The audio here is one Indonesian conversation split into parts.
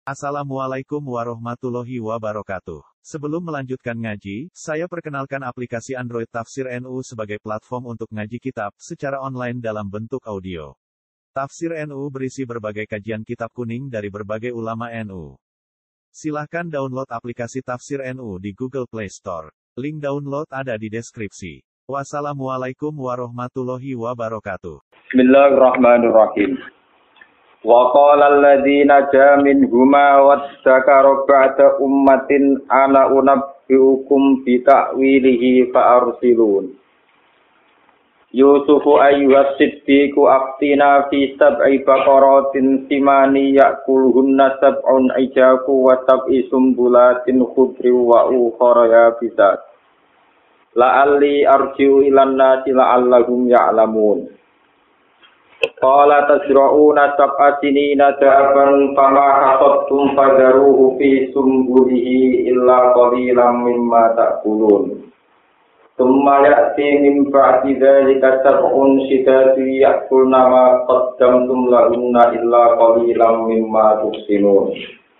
Assalamualaikum warahmatullahi wabarakatuh. Sebelum melanjutkan ngaji, saya perkenalkan aplikasi Android Tafsir NU sebagai platform untuk ngaji kitab secara online dalam bentuk audio. Tafsir NU berisi berbagai kajian kitab kuning dari berbagai ulama NU. Silahkan download aplikasi Tafsir NU di Google Play Store. Link download ada di deskripsi. Wassalamualaikum warahmatullahi wabarakatuh. Bismillahirrahmanirrahim. Wa qala alladzi naja minhuma wadzakara ba'da ummatin ana unabbiukum bi ta'wilihi fa arsilun. Yusufu ayyuhas siddiqu aftina fi sab'i baqaratin simani ya'kuluhunna sab'un ijaku wa sab'i sumbulatin khudri wa ukhra yabisat. La'alli arji'u ilan nasi la'allahum ya'lamun. Qala tasra'una sab'a sinina da'aban fama hasadtum fadaruhu fi sumbulihi illa qalilan mimma ta'kulun. Thumma ya'ti min ba'di dzalika sab'un shidadun ya'kulna ma qaddamtum lahunna illa qalilan mimma tuhsinun.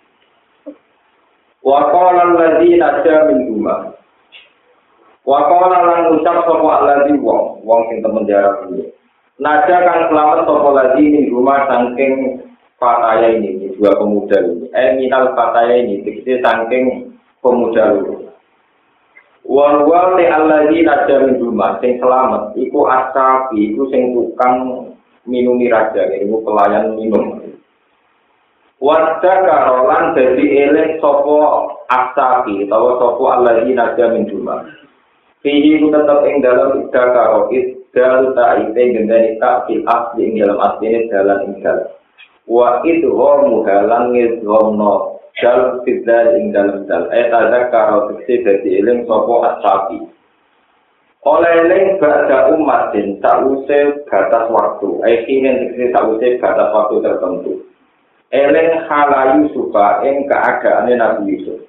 Wa qala alladziina naja minhuma. Wa qala lan ucap sapa alladzi wong sing temen jarak iki. Naja kang selamat sapa lagi ini rumah saking fataya ini, dua pemuda ini. Minal fataya ini, dikisi saking pemuda itu. Wal li allazi naja min rumah sing selamat iku asabi iku sing tukang minumi raja, iku pelayan minum. Wadda karolan dadi eling sapa asabi utawa sapa allazi naja min rumah. Fihi ku tetep ing dalam idakaro idal ta'ite gendani ta'fil asli ing dalam aslinya dalan ing dalam wa idhomu halang idhomno dal fiddal ing dalam dal tadakaro tekse dadi eling sopo asabi oleh eling ba'da umatin sa'use batas waktu kinen tekse sa'use batas waktu tertentu eling hala Yusufa ing keadaannya Nabi Yusuf.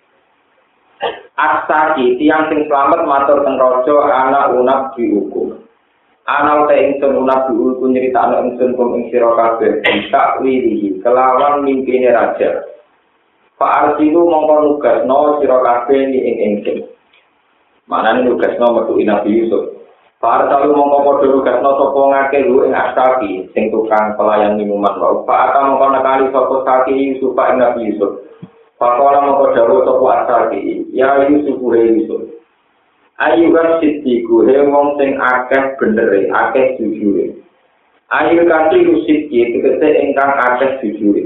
Asaki tiang sing selamat matur teng raja ana unab dihukum. Ana te ingsun unab dihukum nyritakno ingsun kum ing sira kabeh tak wilihi kelawan mimpine raja. Pak Arsilu mongko nugasno sira kabeh ing ingsun. Manane nugasno metu Nabi Yusuf. Pak Arsilu mongko padha nugasno sapa ngake lu ing Asaki sing tukang pelayan minuman wae. Pak Ata mongko nekani sapa Saki Yusuf ing Nabi Yusuf. Pakola moko dawu sapa asaki ya Yusuf he Yusuf ayu kan siddiku he wong sing akeh benere akeh jujure ayu kanthi siddi tegese ingkang akeh jujure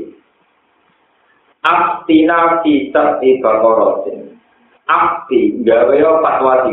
aftina kitab ibaqaratin afti gawe fatwa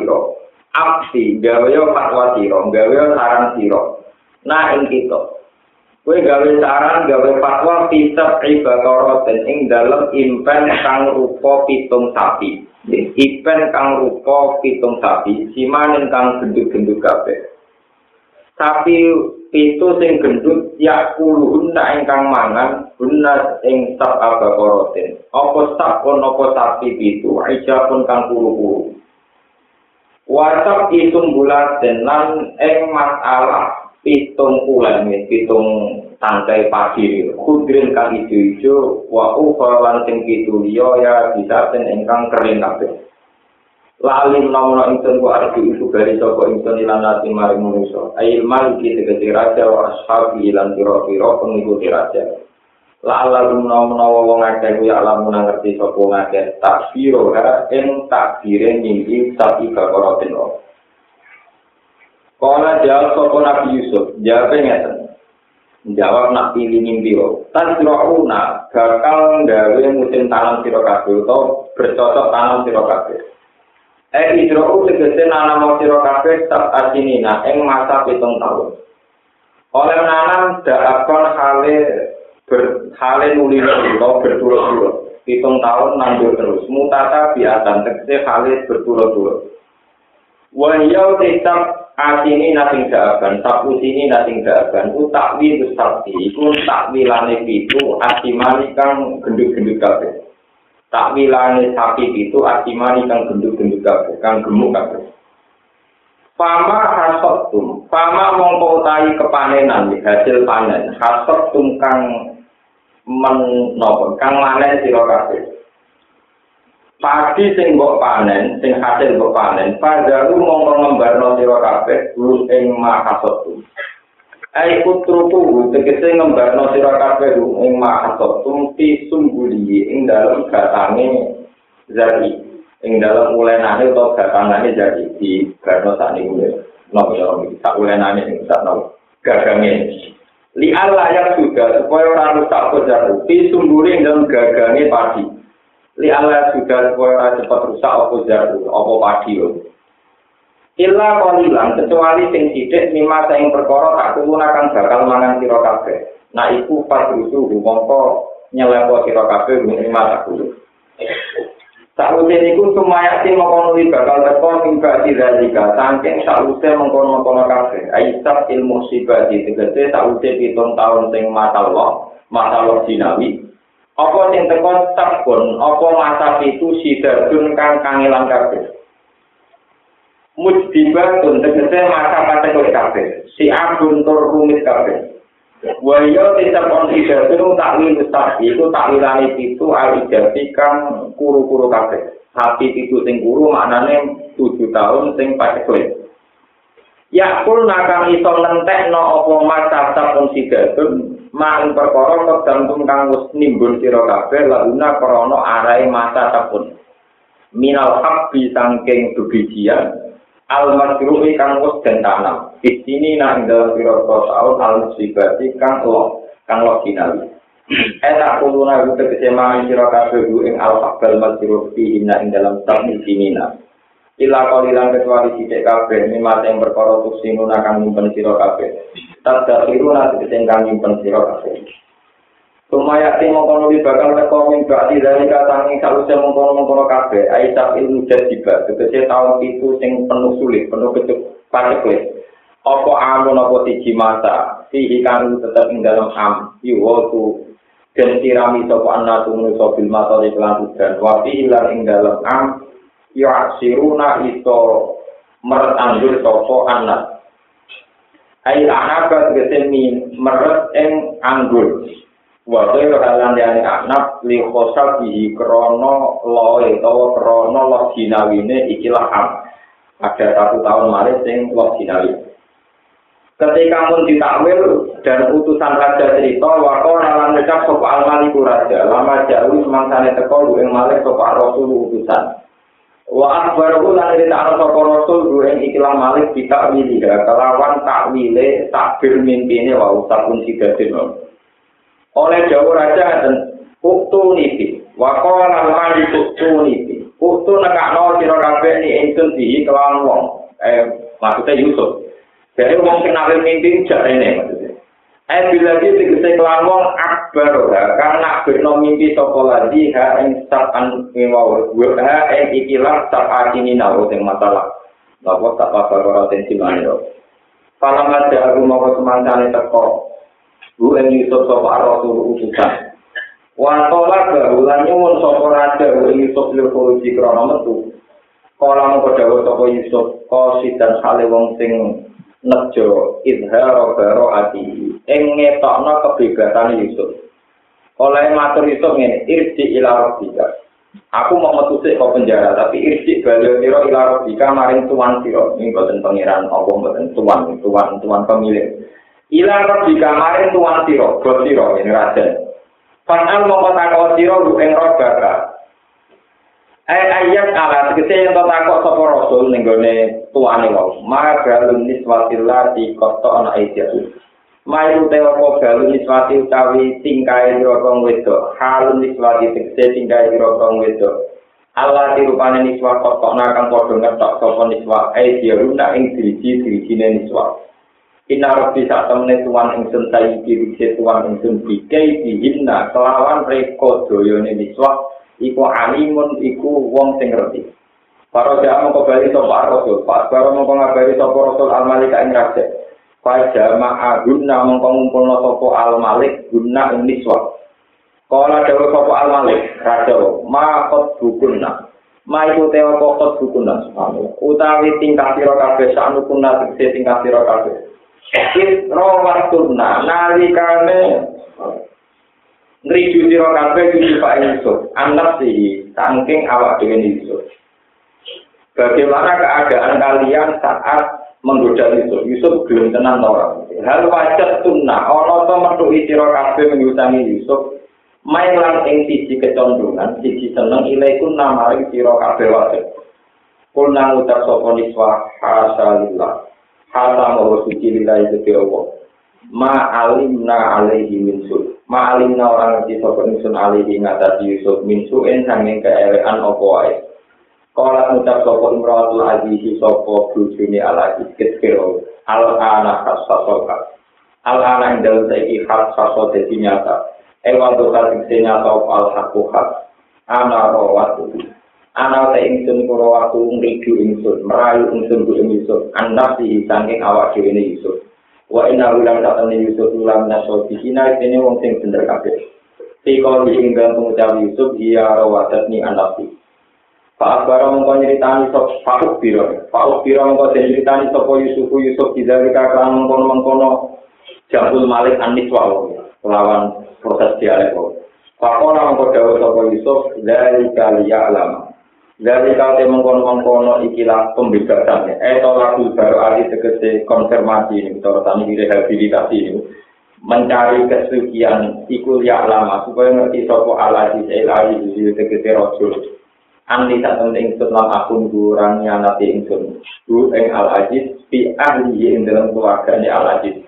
sira gawe saran sira nah ing kita kowe gawe saran gawe fatwa kitab ibaqaratin ing dalem impen kang rupa pitung sapi. Impen kang rupa pitung sapi, simanen kang gendut-gendut kabeh. Sapi pitu sing gendut yakuluhunna ingkang mangan guna ing sab ibaqaratin. Apa sapun apa sapi pitu ijapun kang kuru-kuru. Wasab isum bulaten lan ing masalah pitung bulan pitung tangkai pagi kudrin kang ijo-ijo wa ufalan sing pitu liya ya bisa ten ingkang kering kabeh lali menawa ingsun ku arep iku gari sapa ingsun lan ati maring manusa ail mal iki tegese raja wa ashabi lan pira-pira pengikuti raja la menawa wong akeh ya lamun ngerti sapa ngakeh takfiro ing takfire nyingi sapi bakaratin. Kala jawab sapa Nabi Yusuf, jawabe ngeten. Jawab nak pilih ngimpiro. Tasra'una bakal gawe musim tanam sira kabeh utawa bercocok tanam sira kabeh. Ijra'u tegese nanam sira kabeh tak asinina ing masa 7 tahun. Oleh nanam dakon hale nuli utawa berturut-turut. 7 tahun nandur terus. Mutata biatan tegese hale berturut-turut. Wahiyau tetap asini nating daaban, sapu sini nating daaban, utakwi ustakti, iku takwilane pitu asimani kang gendut-gendut kabeh. Takwilane sapi pitu asimani kang gendut-gendut kabeh, kang gemuk kabeh. Fama hasottum, fama mongko utahi kepanenan hasil panen, hasottum kang menapa kang manen sira kabeh. Padi sing mbok panen, sing hasil mbok panen, padaru mongko ngembarno sira kabeh ing mahasatu. Ai putruku tegese ngembarno sira kabeh ing mahasatu ti sungguli ing dalem gatange zati, ing dalem ulenane utawa gatangane zati di garno sakniku. Napa ya sak ulenane sing sak napa gagange. Li Allah yang sudah supaya ora rusak kojaku ti sungguli ing dalem gagange padi. Li Allah sudah supaya cepat rusak apa jaru, apa padi yo. Illa qalilan kecuali sing sithik mimma sing perkara tak kuluna kang bakal mangan sira kabeh. Nah iku padrusu mongko nyelepo sira kabeh mimma tak kulo. Sakwise niku sumaya sing mongko nuli bakal teko mimba diralika saking sakwise mengkono-mengkono kabeh. Aisab ilmu sibati tegese sakwise 7 taun sing matallah dinawi. Apa sing teko sabun, apa masa itu sidadun kang kangelan kabeh. Mujdibatun tegese masa kategori kabeh. Si abun tur rumit kabeh. Wa ya tisapun sidadun takwil ustad iku takwilane pitu alijati kang kuru-kuru kabeh. Sapi pitu sing kuru maknane 7 tahun sing kategori. Ya kul nakang iso nentekno apa masa sabun sidadun mak perkara tergantung kang wis nimbul sira kabeh laguna krana arahe masa tapun minal habbi saking bebijian al masruhi kang wis den tanam di sini nang dalam pira taun al musibati kang lo kinawi eta kuluna gute kesema sira kabeh ing al habbal masruhi ing dalam tahun sinina ila qalilan kecuali sithik kabeh mimma sing perkara tusinun akan nyimpen sira kabeh tadakiruna sing kang nyimpen sira kabeh sumaya sing mongko bakal teko ing bakti dari katangi saluse mongko kabeh aisab ilmu jadiba tegese taun 7 sing penuh sulit penuh kecuk apa amun apa siji masa sihi kang tetep ing dalam am yuwatu den sirami sapa anatu manusa bil matari lan udan wa fi ing dalam am ya siruna iso meranggur toko anak ai anak gesemi meret ing anggur wa kaya halan dene anak li khosal bihi krana loe utawa krana lo dinawine ikilah am ada 1 tahun malih sing lo dinawi ketika mun ditakwil dan utusan raja cerita waqo lan ngucap sapa al-maliku raja lama jauh semangsane teko ing malih sapa rasul utusan wa akhbaru lan ditaro sapa rasul ing ikilah malik ditakwiliha kelawan takwile takbir mimpine wa usapun sidaden oleh jauh raja dan uktu niki wa qala malik uktu niki uktu nekakno sira kabeh ni ingsun bihi kelawan wong maksudnya Yusuf dari wong sing nawil mimpi jarene maksudnya bila tegese kelawan wong akbar kang nakbirno mimpi sapa lagi ha ing sapan wau ha ing ikilah sapatini nawo sing masalah napa tak apa tensi maniro palaman jaru mau semancane teko bu ing Yusuf sapa rasul utusan wa tolak bulan nyuwun sapa raja ing Yusuf lulusi krana metu kala mung dawuh sapa Yusuf qasidan hale wong sing nejo idharo baro ati ing ngetokno kebebasan Yusuf. Oleh matur Yusuf ngene, irji ila rabbika. Aku mau metu sik kok penjara, tapi irji bali sira ila rabbika maring tuan sira. Ing boten pangeran apa boten tuan pemilik. Ila rabbika maring tuan sira, bos sira ing raja. Panal mongko takon sira ing rabbaka. Ayat ala tegese yen takok sapa rasul ning gone tuane wau magalun niswatillah di kota ana itu mayu tewa galun niswati utawi tingkae rokong wedok halun niswati tegese tingkae rokong wedok Allah dirupane niswa kok nakang padha ngetok sapa niswa diruna ing diriji-dirijine niswa Inna rabbi sak temene tuan ingsun saiki tuan ingsun bikai dihinna kelawan reko doyone niswa iku alimun iku wong sing ngerti. Para jamaah mongko bali sapa rasul, pas para mongko ngabari sapa rasul al-Malik ing raja. Pas jamaah guna mongko ngumpulna sapa al-Malik guna ing niswa. Kala dawuh sapa al-Malik, raja, ma qad bukunna. Ma iku tewa qad bukunna subhanallah. Utawi tingkah sira kabeh sanukunna tegese tingkah sira kabeh. Isra wa sunna nalikane Ngridu sira kabeh Yusuf Yusuf, anak sih saking awak dhewe Yusuf. Bagaimana keadaan kalian saat menggoda Yusuf? Yusuf belum tenang orang. Hal wajib sunnah, ana to metuki sira kabeh menyutangi Yusuf. Main lan ing siji kecondongan, siji seneng ilaikun namaring sira kabeh wajib. Kul nang ucap sapa niswa hasalillah. Hasa mawa suci lillahi Gusti Allah. Ma alimna alaihi min su. Ma alimna orang ngerti sapa ingsun alaihi ngatasi Yusuf min su'en sanging keelekan apa wae. Kala ngucap sapa Imratul Aziz sapa bojone Al-Aziz kira al-ana khassasoka. Al-ana ing dalem saiki khassaso dadi nyata. Ewa dosa sing nyata al-haqqu khas. Ana rawatu. Ana ta ingsun kula waktu ngridu ingsun merayu ingsun ku Yusuf anak si saking awak dhewe Yusuf. Wa inna ulang datane Yusuf ulang naso dikina dene wong sing bener kabeh. Siko ing dalem pengucap Yusuf iya rawadatni anasi. Pak barang mongko nyritani sop Pak Biro mongko nyritani sapa Yusuf didhawuhi kan mengkono Jabul Malik Aniswa lawan proses dialek. Pak ora mongko dawuh sapa Yusuf dari kaliya alama. Dari kate mengkono ikilah pembebasannya. Lagu baru ali tegese konfirmasi ini, cara tani rehabilitasi ini. Mencari kesucian ikul ya lama supaya ngerti sapa alaji ilahi iki tegese rasul. Andi sak penting setelah akun kurang nyanati ingsun. Bu ing al-aziz fi ahli ing dalam keluargane al-aziz.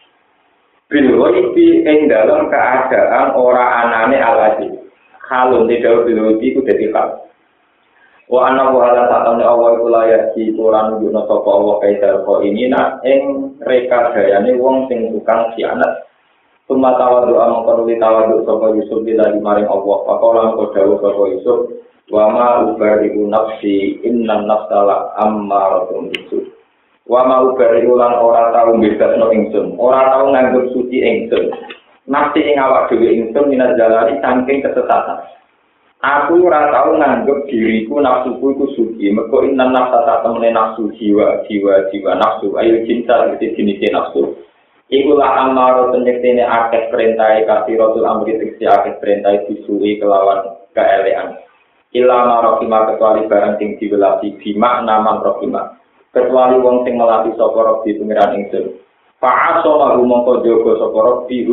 Bilwati ing dalam keadaan ora anane al-aziz. Halun tidak bilwati ku dadi hal. Wa ana wa ala ta'ala Allah iku layak di Quran nunjukno sapa Allah kaidal kok ini nak ing rekadayane wong sing tukang khianat. Summa tawadu amangkon ditawadu sapa Yusuf bila maring Allah. Pakola mengko dawuh sapa Yusuf wa ma ubari'u nafsi innan nafsala ammaratun bisu. Wa ma ubari'u lan ora tau bebasno ingsun, ora tau nganggep suci ingsun. Nafsi ing awak dhewe ingsun minaz jalali saking kesesatan. Aku ora tau nganggep diriku nafsuku iku suci. Mergo innan nafsa sak temene nafsu jiwa nafsu ayo cinta iki jenis nafsu. Iku la amaro penyektene akeh perintahe kasiratul amri tekse akeh perintahe disuwi kelawan kaelekan. Ila marokima kecuali barang sing diwelasi bima naman rokima. Kecuali wong sing melatih sapa Rabbi pengiran ingsun. Fa'aso mahu mongko jaga sapa Rabbi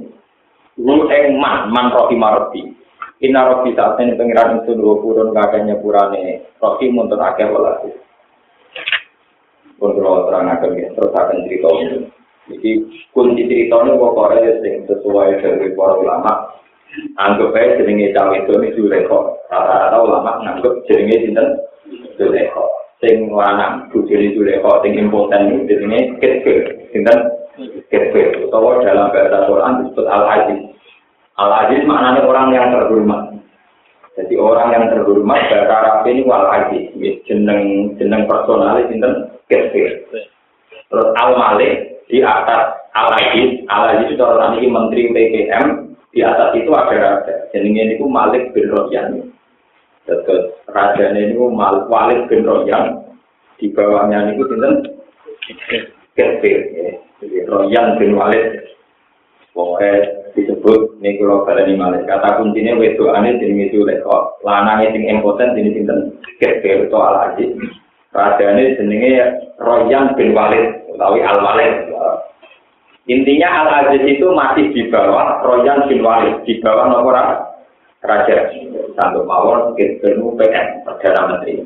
ing man rokima Rabbi. Inna Rabbi saat ini pengiran ingsun purun kakeknya purane Rabbi muntun akeh welasi. Pun kalau terang-terang ya, terus akan cerita ini. Jadi kunci cerita ini pokoknya sing sesuai dari para ulama. Anggap aja jenenge cawe itu ini Zulekho. Rata-rata ulama nganggap jenenge sinten Zulekho. Sing lanang bujuni Zulekho, sing impoten itu jenenge Ketbir. Sinten Ketbir. Atau dalam bahasa Quran disebut Al-Aziz. Al-Aziz maknanya orang yang terhormat. Jadi orang yang terhormat bahasa Arab ini Al-Aziz. Jeneng personalis sinten Ketbir. Terus Al-Malik di atas Al-Aziz. Al-Aziz itu orang ini menteri PPM. Di atas itu ada raja. Jenenge niku Malik bin Royan. Terus rajane niku Walid bin Royan. Di bawahnya niku sinten? Ketbir. Jadi Royan bin Walid. Pokoknya disebut niku kula baleni Malik. Kata kuncine wedokane jenenge Zulekho. Lanange sing impoten jenenge sinten? Ketbir atau Al-Aziz. Rajane jenenge Royan bin Walid utawi Al-Walid. Intinya Al-Aziz itu masih di bawah Royan bin Walid, di bawah nomor raja. Satu mawon Ketbir PM Perdana Menteri.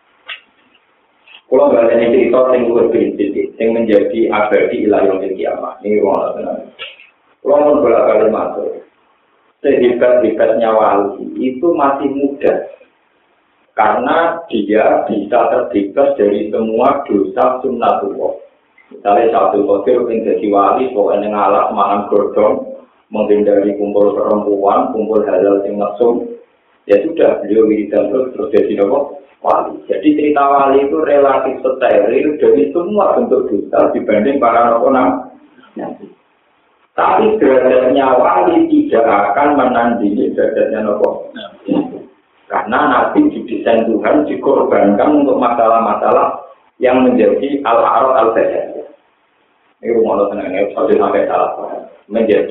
Kalau nggak ada cerita yang berbeda, yang menjadi abadi ilah yang kiamat. Ini ruang tenang. Kalau bolak-balik masuk, sehebat-hebatnya wali itu masih muda. Karena dia bisa terbebas dari semua dosa sunnatullah. Misalnya satu kotir yang jadi wali, pokoknya ngalah makan godong, menghindari kumpul perempuan, kumpul halal yang mesum, ya sudah beliau wiridan terus jadi wali. Jadi cerita wali itu relatif steril dari semua bentuk dosa dibanding para nabi. Tapi derajatnya wali tidak akan menandingi derajatnya nabi. Karena nabi didesain Tuhan dikorbankan untuk masalah-masalah yang menjadi al-arad al-basyar. Ini rumah Allah tenang, sampai salah. Menjadi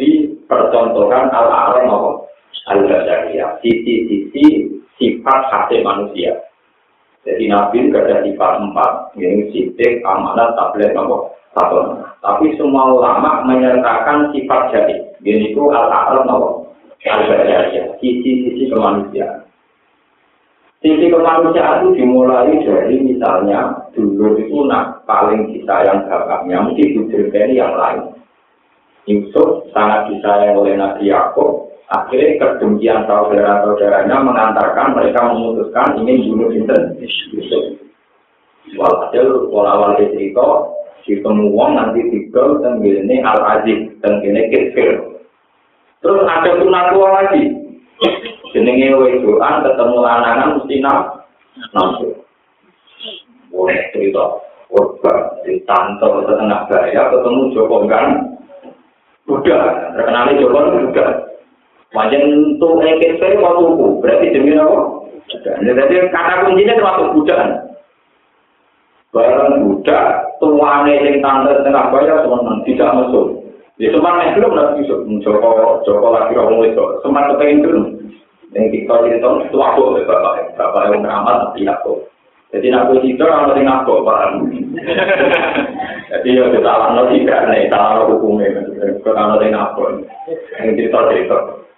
percontohan al-a'ram al-basyariyah, sisi-sisi sifat hati manusia. Jadi Nabi ada sifat 4, yang sidik, amanah, tablet, satu. Tapi semua ulama menyertakan sifat jadi. Ini itu al-a'ram al-basyariyah, sisi-sisi kemanusiaan. Sisi kemanusiaan itu dimulai dari misalnya dulu itu paling disayang bapaknya, mungkin diberikan yang lain. Yusuf sangat disayang oleh Nabi Yakub. Akhirnya kedengkian saudara-saudaranya mengantarkan mereka memutuskan ingin bunuh Yusuf. Walhasil awal cerita ditemu wong nanti tigel tenggene Al-Aziz, tenggene Kifir. Terus ada sunatullah lagi. Jenenge wedoan ketemu lanangan mesti nafsu. Boleh cerita korban di kantor setengah bahaya ketemu Joko kan udah terkenalnya Joko udah macam untuk EKP waktu berarti demi apa? Jadi kata kuncinya termasuk budak. Barang budak tuane yang tante setengah bahaya semuanya tidak masuk. Ya sempat belum nanti Joko lagi orang itu sempat kepengen dulu. Yang kita cerita itu aku bapak yang beramal tapi aku. Jadi aku itu orang yang aku paham. Jadi ya kita alam tidak nih, salah hukumnya. Kalau yang aku yang cerita.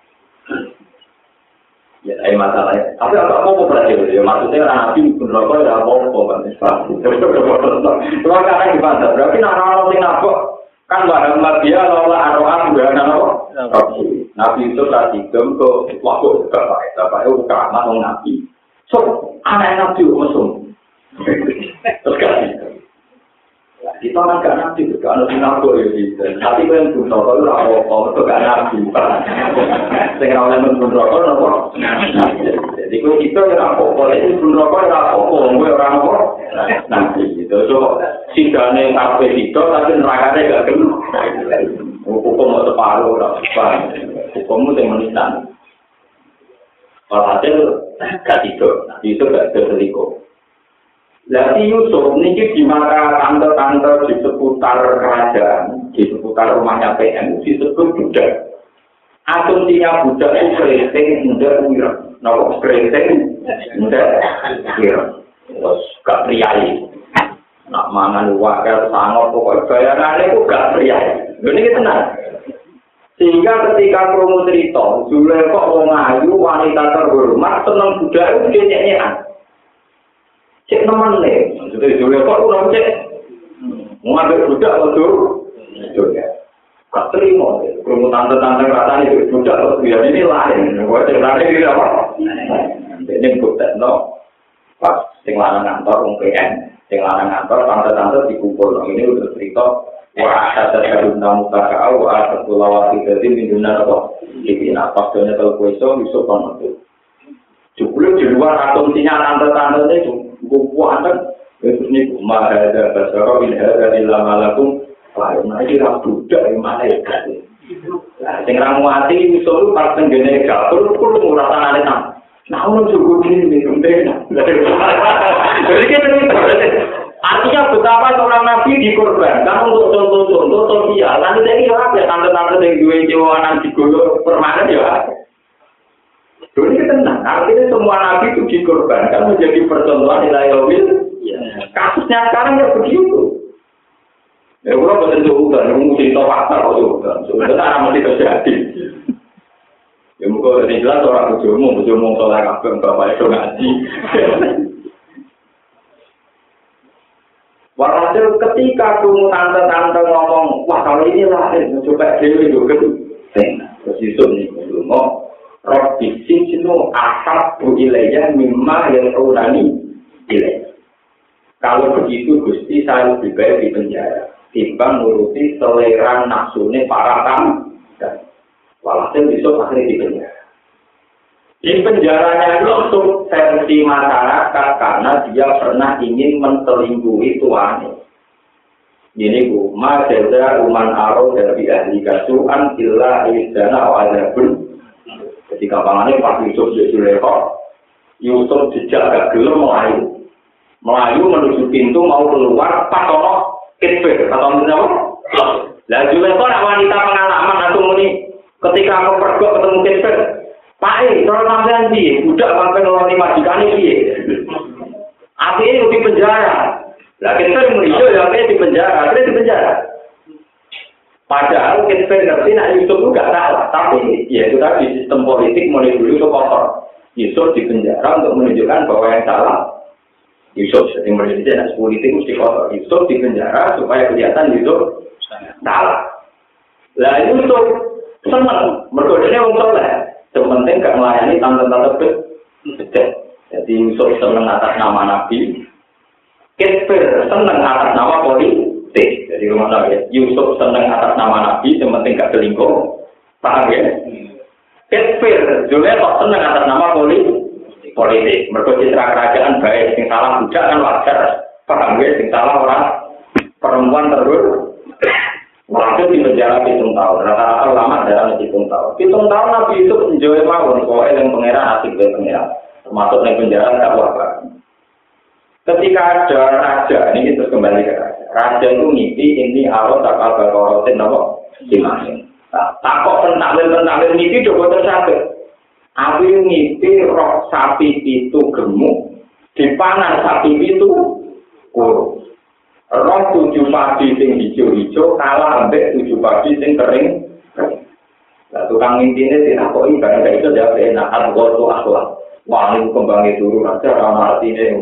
Ya saya masalahnya. Tapi apa berarti ya maksudnya Nabi pun rokok ada apa kan Islam. Cuma karena dibantah. Berarti orang yang aku kan bahwa dia lola aroan berana apa? Nabi itu tadi ke waktu bapak itu kamar Nabi. So anak Nabi musuh. Terus kan kita kan gak Nabi juga ada sinabur ya gitu. Tapi kalau yang bunuh rokok itu apa? Itu gak Nabi. Sehingga orang yang bunuh rokok itu apa? Jadi kalau kita yang apa? Itu bunuh rokok itu apa? Gue orang apa? Nabi gitu. So sidane kafe itu tapi nerakanya gak kena. Hukum mau separuh hukummu yang menitan. Walhasil gak tidur. Itu gak terselingkuh. Jadi Yusuf ini di mata tante-tante di seputar kerajaan, di seputar rumahnya PM disebut budak. Asumsinya budak itu keriting, muda, wira. Nah, keriting, muda, wira. Terus gak priayi. Nak mangan wakil sangat pokoknya bayarannya itu gak priayi. Ini tenang. Sehingga ketika promo cerita, Zulaikha wong ayu wanita terhormat seneng budak itu dia nyanyian. Cek teman nih, maksudnya Zulaikha itu orang cek mengambil budak untuk juga gak terima. Promo tante-tante rasanya itu budak biar ini lain. Gue ceritanya ini apa? Ini budak no. Pas sing lanang kantor wong PN, sing lanang kantor tante-tante dikumpul. Ini udah cerita. Wah, ada tamu takau, ada tulawati dari mindunan apa? Jadi apa sebenarnya kalau kueso bisa banget. Cukup di luar asumsinya tante-tante itu buku anda itu nih mahada basara ilhada ilhamalakum. Wah, ini kira budak yang mana ya kan? Nah, sing ramuati misalnya pas tenggene dapur kudu nguratan ane nang. Nah, ono cukup ini gembena. Jadi kita artinya betapa seorang nabi dikorbankan untuk contoh-contoh sosial. Nanti ini ya, tante-tante yang dua cewek digolok permanen ya. Jadi kita tenang. Artinya semua nabi itu dikorbankan menjadi percontohan nilai awil. Kasusnya sekarang ya begitu. Ya, kalau betul juga, mungkin cerita fakta kalau sebenarnya masih terjadi. Ya, mungkin jelas orang bujumu soal kabel bapak itu ngaji. Walhasil ketika kamu tante-tante ngomong, wah kalau ini lain, coba dewi juga tuh. Terus Yusuf nih, ngomong, Robbi sinu asap bu ilayah mimma yang taunani ilayah. Kalau begitu Gusti saya lebih baik di penjara, timbang nuruti selera nafsunya para tamu. Walhasil Yusuf akhirnya di penjara. Di penjaranya itu untuk versi masyarakat karena dia pernah ingin menselingkuhi tuannya. Ini bu, majalah uman aro dari ahli kasuan illa isdana wajabun. Ketika pangannya Pak Yusuf Zulaikha, Yusuf jejak gelem melayu menuju pintu mau keluar pas ono kitbir atau apa? Lah Zulaikha nak wanita pengalaman atau muni Ketika aku pergi ketemu Kitfir, Pak kalau sampean piye? Budak sampai ngeloni majikane piye? Akhirnya di penjara. Lah Kitfir meriso ya di penjara, akhirnya di penjara. Padahal Kitfir ngerti nak Yusuf itu gak salah, tapi ya itu tadi sistem politik mulai dulu itu kotor. Yusuf di penjara untuk menunjukkan bahwa yang salah Yusuf. Jadi mulai dari politik mesti kotor. Yusuf di penjara supaya kelihatan Yusuf salah. Lah Yusuf senang, mergodanya untuk soleh. Sementing gak melayani tante-tante bedek. Jadi Yusuf senang atas nama Nabi. Kitfir senang atas nama politik. Jadi rumah ya. Yusuf senang atas nama Nabi, sementing gak selingkuh. Paham ya? Kitfir, Zulekhof senang atas nama politik. Mergo citra kerajaan baik, sing salah budak kan wajar. Paham ya? Sing salah orang perempuan terus. Lanjut di penjara 7 tahun. Rata-rata ulama dalam 7 tahun. 7 tahun Nabi Yusuf menjauh mawon. Pokoknya yang pengeran asik dari pengeran. Termasuk yang penjara tak apa. Ketika ada raja, ini terus kembali ke raja. Raja itu ngisi ini arot tak kabar korotin apa? Dimasin. Takut pentakwil ngisi coba tersabit. Aku ngisi rok sapi itu gemuk. Dipanan sapi itu kurus. Roh 7 padi sing hijau-hijau kalah ambek 7 padi sing kering. Lah tukang intine dinakoki barang itu jawab enak argo tu akhlak. Wah ini kembangnya turun raja ana artine.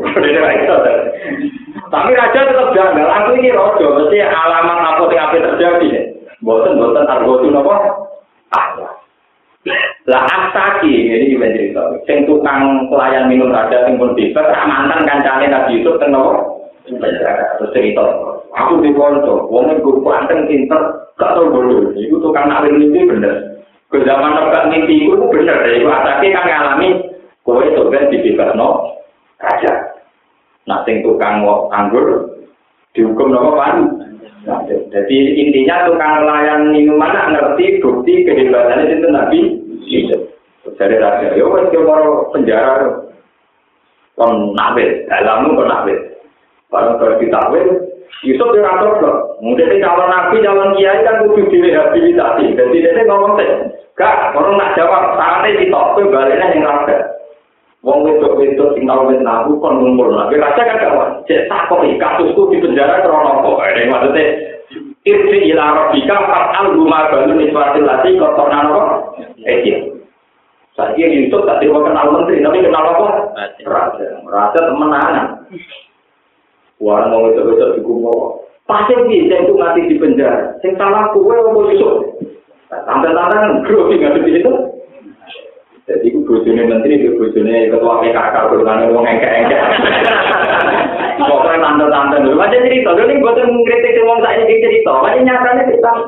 Tapi raja tetap janggal. Aku ini rojo mesti alamat apa sing ape terjadi. Mboten argo tu napa? Akhlak. Lah Astaki ini juga cerita. Sing tukang pelayan minum raja sing pun bebas mantan kancane Nabi Yusuf teng napa? Terus cerita, aku di Ponco, wong iku panteng pinter, gak tau bodoh. Iku tukang nawir mimpi bener. Ke zaman nebak mimpi iku bener. Iku atake kan ngalami kowe sampeyan dibebasno raja. Nah sing tukang anggur dihukum napa Pak? Nah, jadi intinya tukang layan minuman ngerti bukti kehebatannya itu Nabi Yusuf. Dari raja, yo wis karo penjara kon nawir, dalammu kon nawir. Barang beritakwil, Yusuf diratur loh. Mungkin calon nabi, calon kiai kan kudu direhabilitasi. Jadi dia ngomong gak, orang nak jawab, saatnya ditok, baliknya yang raga. Wong wedok-wedok sing tau wis nabu kon ngumpul. Tapi raja kan gak wae. Cek takoni kasusku di penjara krono apa. Ini maksudnya irsi ila rabbika fa'al guma balu niswatil lati kotorna apa? Saya Yusuf tak terima kenal menteri, tapi kenal apa? Raja temenan. Warang mau itu dikumpo. Pasti bisa itu mati di penjara. Sing salah kue mau Yusuf. Tante-tante grogi nggak di situ. Jadi bojone menteri, bojone ketua PKK, bojone wong engke-engke. Pokoknya tante-tante dulu. Macam cerita, dulu ini buatan mengkritik wong saya ini cerita. Macam nyatanya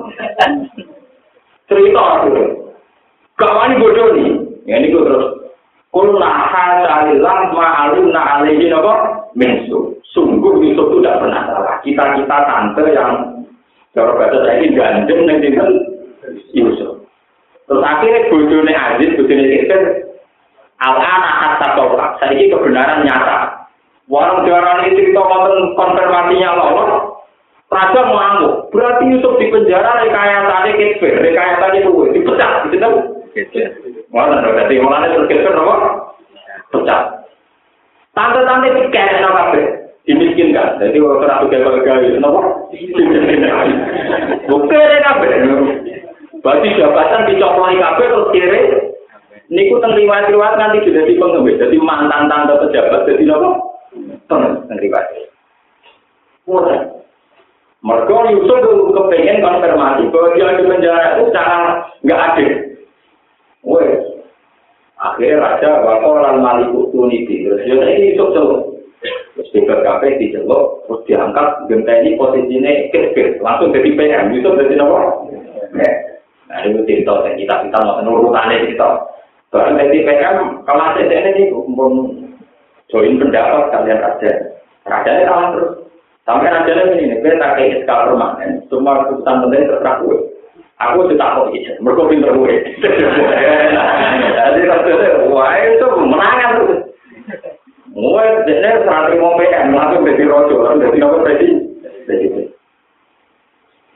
cerita dulu. Kawan bodoh nih. Ya ini gue terus. Kullaha salilah ma'aluna alaihi napa mensu. Sungguh Yusuf itu tidak pernah salah. Kita tante yang cara bahasa saya ini gandeng dengan Yusuf. Terus akhirnya bojone Aziz, bojone Kitfir, al-ana hatta tolak. Saya ini kebenaran nyata. Warang diarani cerita konfirmasinya lolos. Raja mengamuk. Berarti Yusuf di penjara rekayasane Kitfir, rekayasane itu dipecat, gitu tahu? Mana ada di mana terus Kitfir apa? Pecat. Tante-tante dikene nang kabeh. Dimiskinkan. Jadi orang terlalu gagal-gagal, kenapa? Dimiskinkan. Bukti kabeh. Berarti jabatan dicoploi kabeh terus kiri. Niku teng riwayat-riwayat nanti sudah dipengemis. Jadi mantan tante pejabat jadi apa? Teng riwayat. Mudah. Mergo Yusuf kepengen konfirmasi bahwa dia di penjara itu secara nggak adil. Wes. Akhirnya raja wakolan maliku tuniti. Terus dia ini Yusuf tuh. Terus BPKP dicelok, terus diangkat, genteni posisinya Kitfir, langsung jadi PM, Yusuf jadi apa? Nah itu cerita, kita urutannya cerita. Barang jadi PM, kalau ACCN ini pun join pendapat kalian rajanya kalah terus. Sampai rajanya ini, kita pakai SK permanen, cuma keputusan penting terserah gue. Aku sudah tahu itu, mereka pinter gue. Jadi rasanya, wah itu menangan terus. Mulai jadi santri mau PM langsung jadi rojo, jadi apa tadi?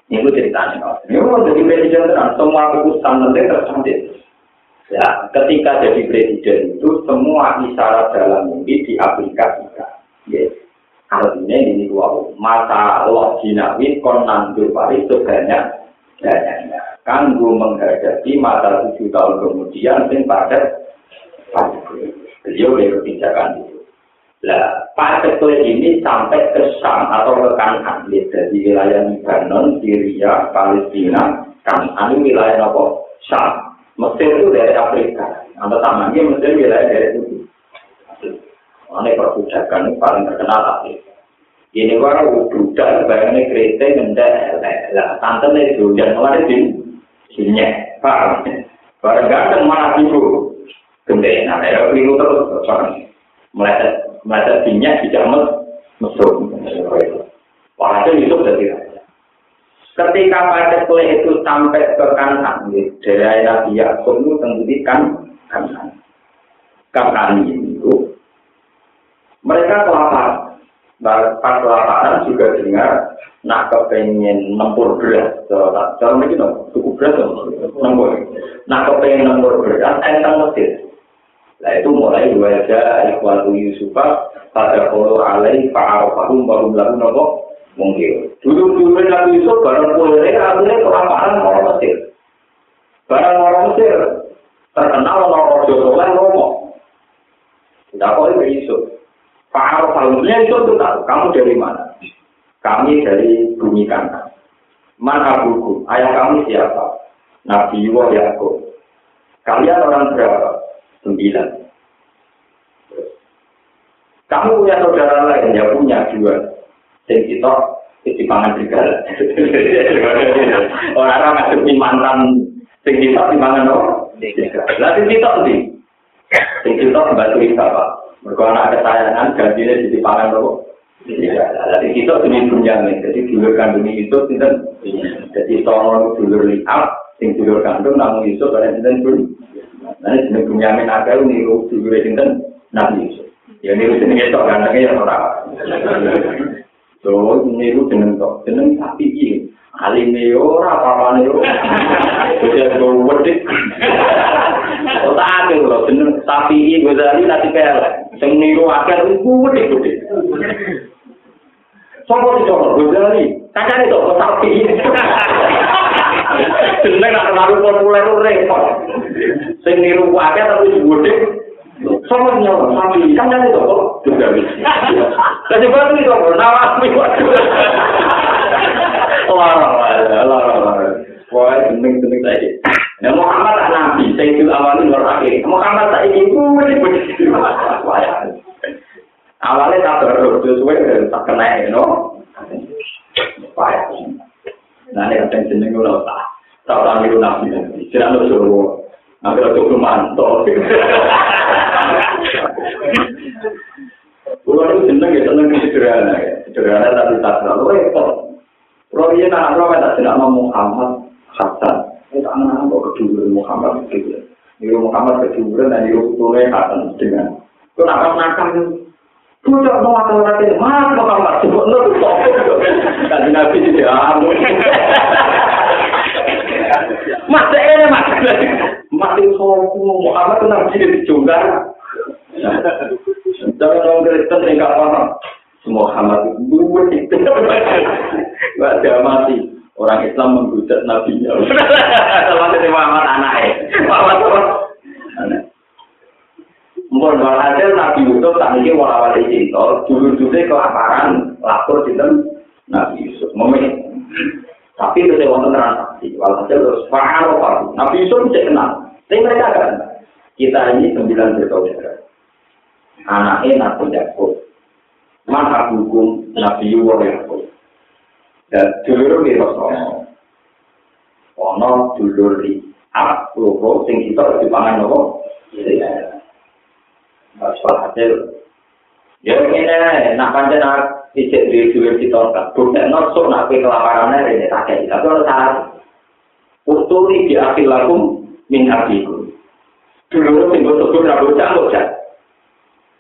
Ini ceritanya. Ini mau jadi presiden terang, semua keputusan nanti tercantik. Ya, ketika jadi presiden itu semua isyarat dalam mimpi diaplikasikan. Yes. Artinya ini wow, mata Allah jinawi kon nandur pari sebanyak banyaknya. Kanggo menghadapi mata 7 tahun kemudian yang padat beliau berkebijakan itu. Nah, padat ini sampai ke Syam atau ke Kanan, dari wilayah Lebanon, Syria, Palestina, Kanan wilayah apa? Syam. Mesir itu dari Afrika, atau tamangnya Mesir wilayah dari itu. Ini perbudakan paling terkenal Afrika. Ini orang budak, bayangnya kereta ngendak, lah santan itu dan kemarin di sini, paham? Barang ganteng mana ibu, gede, nah ya keliru terus, meleset minyak tidak mesum. Wah itu dari ketika pada kue itu sampai ke Kanan, dari Nabi Yakub itu tentukan Kanan itu mereka kelaparan. Pas kelaparan juga dengar nak kepengen nempur beras, cara ini cukup beras nempur. Nak kepengen nempur beras, entang Mesir. Nah itu mulai wajah ikhwatu Yusufah pada kalau alai fa'arafahum barum lagu nopo mungkin. Dulu Nabi Yusuf barang kulere artinya kelaparan orang Mesir. Barang orang Mesir terkenal orang Jodoh ngomong. Tidak boleh Yusuf. Fa'arafahum Yusuf itu tahu kamu dari mana? Kami dari bumi Kanan. Man abukum, ayah kami siapa? Nabi Yakub. Kalian orang berapa? 9. Kamu punya saudara lain, ya punya 2. Yang kita di pangan serigala. Orang-orang ngasih mantan yang kita di pangan serigala. Lalu kita sendiri. Yang kita membantu kita, Pak. Mereka anak kesayangan, gantinya di pangan serigala. Lalu kita sendiri Bunyamin. Jadi dulur kandung itu, jadi tolong dulur lihat, yang dulur kandung namun itu pada sinten Nah, jeneng Bunyamin akal niru dulure sinten Nabi Yusuf. Ya niru jeneng itu gantengnya ya ora. So niru jeneng tok, jeneng sapi iki. Alime ora apa-apane yo. Wis go wedhit. Otak lho jeneng sapi iki Ghazali nanti pelek. Sing niru akal iku wedhit-wedhit. Sopo sing Ghazali? Kancane tok sapi. Jeneng nak terlalu populer repot. Sing niru akeh tapi gede. Sama nyawa sapi kan jadi kok juga bisa. Jadi baru itu nawas mi waduh. Allah. Wah, penting tadi. Nah, Muhammad Nabi, Sayyidul Awalin wal Akhirin. Muhammad saiki kuwi awalnya tak berdoa tak kena no. Payah. Nah, ini kan jeneng ora tak ora niru Nabi. Jeneng suruh agak cukup mantap. Kalau itu seneng sederhana ya, sederhana tapi tak terlalu repot. Kalau dia nak tak tidak mau Muhammad Hasan, itu anak bawa kedua Muhammad gitu. Niru Muhammad kedua dan niru tulen Hasan dengan. Kau nakal. Kau tak mau akal rakyat, mas Muhammad sebut nol top. Kan Nabi tidak amun. Mas ini mas. Mati soku Muhammad itu nanti dijonggar. Jangan orang Kristen yang nggak paham. Muhammad itu itu. Nggak ada mati. Orang Islam menghujat Nabi-nya. Sama seperti Muhammad anaknya. Muhammad anak. Mungkin hasil Nabi Yusuf tak mungkin walau-walau cinta. Dulu-dulu kelaparan lapor cinta Nabi Yusuf. Memilih. Tapi itu saya wonten transaksi. Walhasil terus fa'al apa? Nabi Yusuf tidak kenal. Tapi mereka kan. Kita ini 9 bersaudara. Anaknya Nabi Yakub. Maka hukum Nabi Yakub. Dan dulur di Rasulullah. Ono dulur di Ab, loro, sing kita di pangan nopo. Walhasil. Ya ini nak pancen ijek di dulur kita kan. Bukan nosok nak kelaparannya ini tak kayak. Tapi kalau salah. Uturi di akhir lakum min abikum. Dulu sing sebut rambut cak.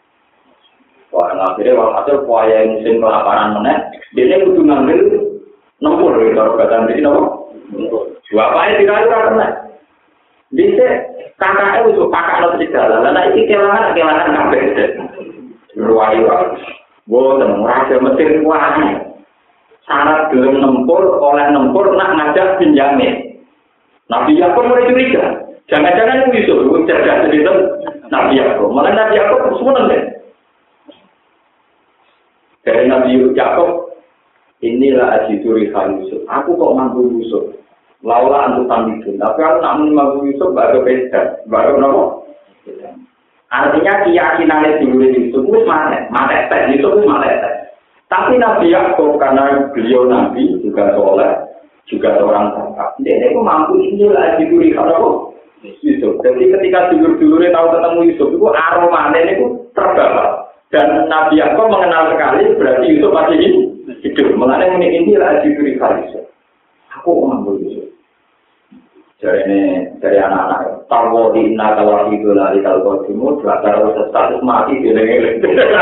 Wah, akhirnya waktu puaya musim kelaparan meneh, dia kudu ngambil Nempur itu bahasa ini nopo. Bapaknya dirayu karena bisa kakaknya itu kakak lo segala. Lalu ini kelangan kabeh. Ruayu, boten raja Mesir kuat. Syarat gelem nempur oleh nempur nak ngajak Benyamin. Nabi Yakub mulai curiga. Jangan-jangan itu cerdas itu Nabi Yakub. Malah Nabi Yakub semua nih. Dari Nabi Yakub, inilah ajiduri Yusuf. Aku kok mampu Yusuf. Laula antu tamidun. Tapi aku nak mampu Yusuf baru beda. Baru nopo. Artinya keyakinannya dulu Yusuf itu mati tes. Yusuf itu mati tes. Tapi Nabi Yakub karena beliau Nabi juga soleh, juga seorang bapak. Dia itu mampu inilah ajiduri Yusuf. Jadi ketika dulur-dulurnya tahu ketemu Yusuf itu aromanya itu terbawa. Dan Nabi Yakub mengenal sekali berarti Yusuf masih hidup. Mengenai ini lagi diberi Yusuf. Aku mampu Yusuf. Dari anak-anak tahu di nakal itu lari kalau timur kalau status mati di negeri.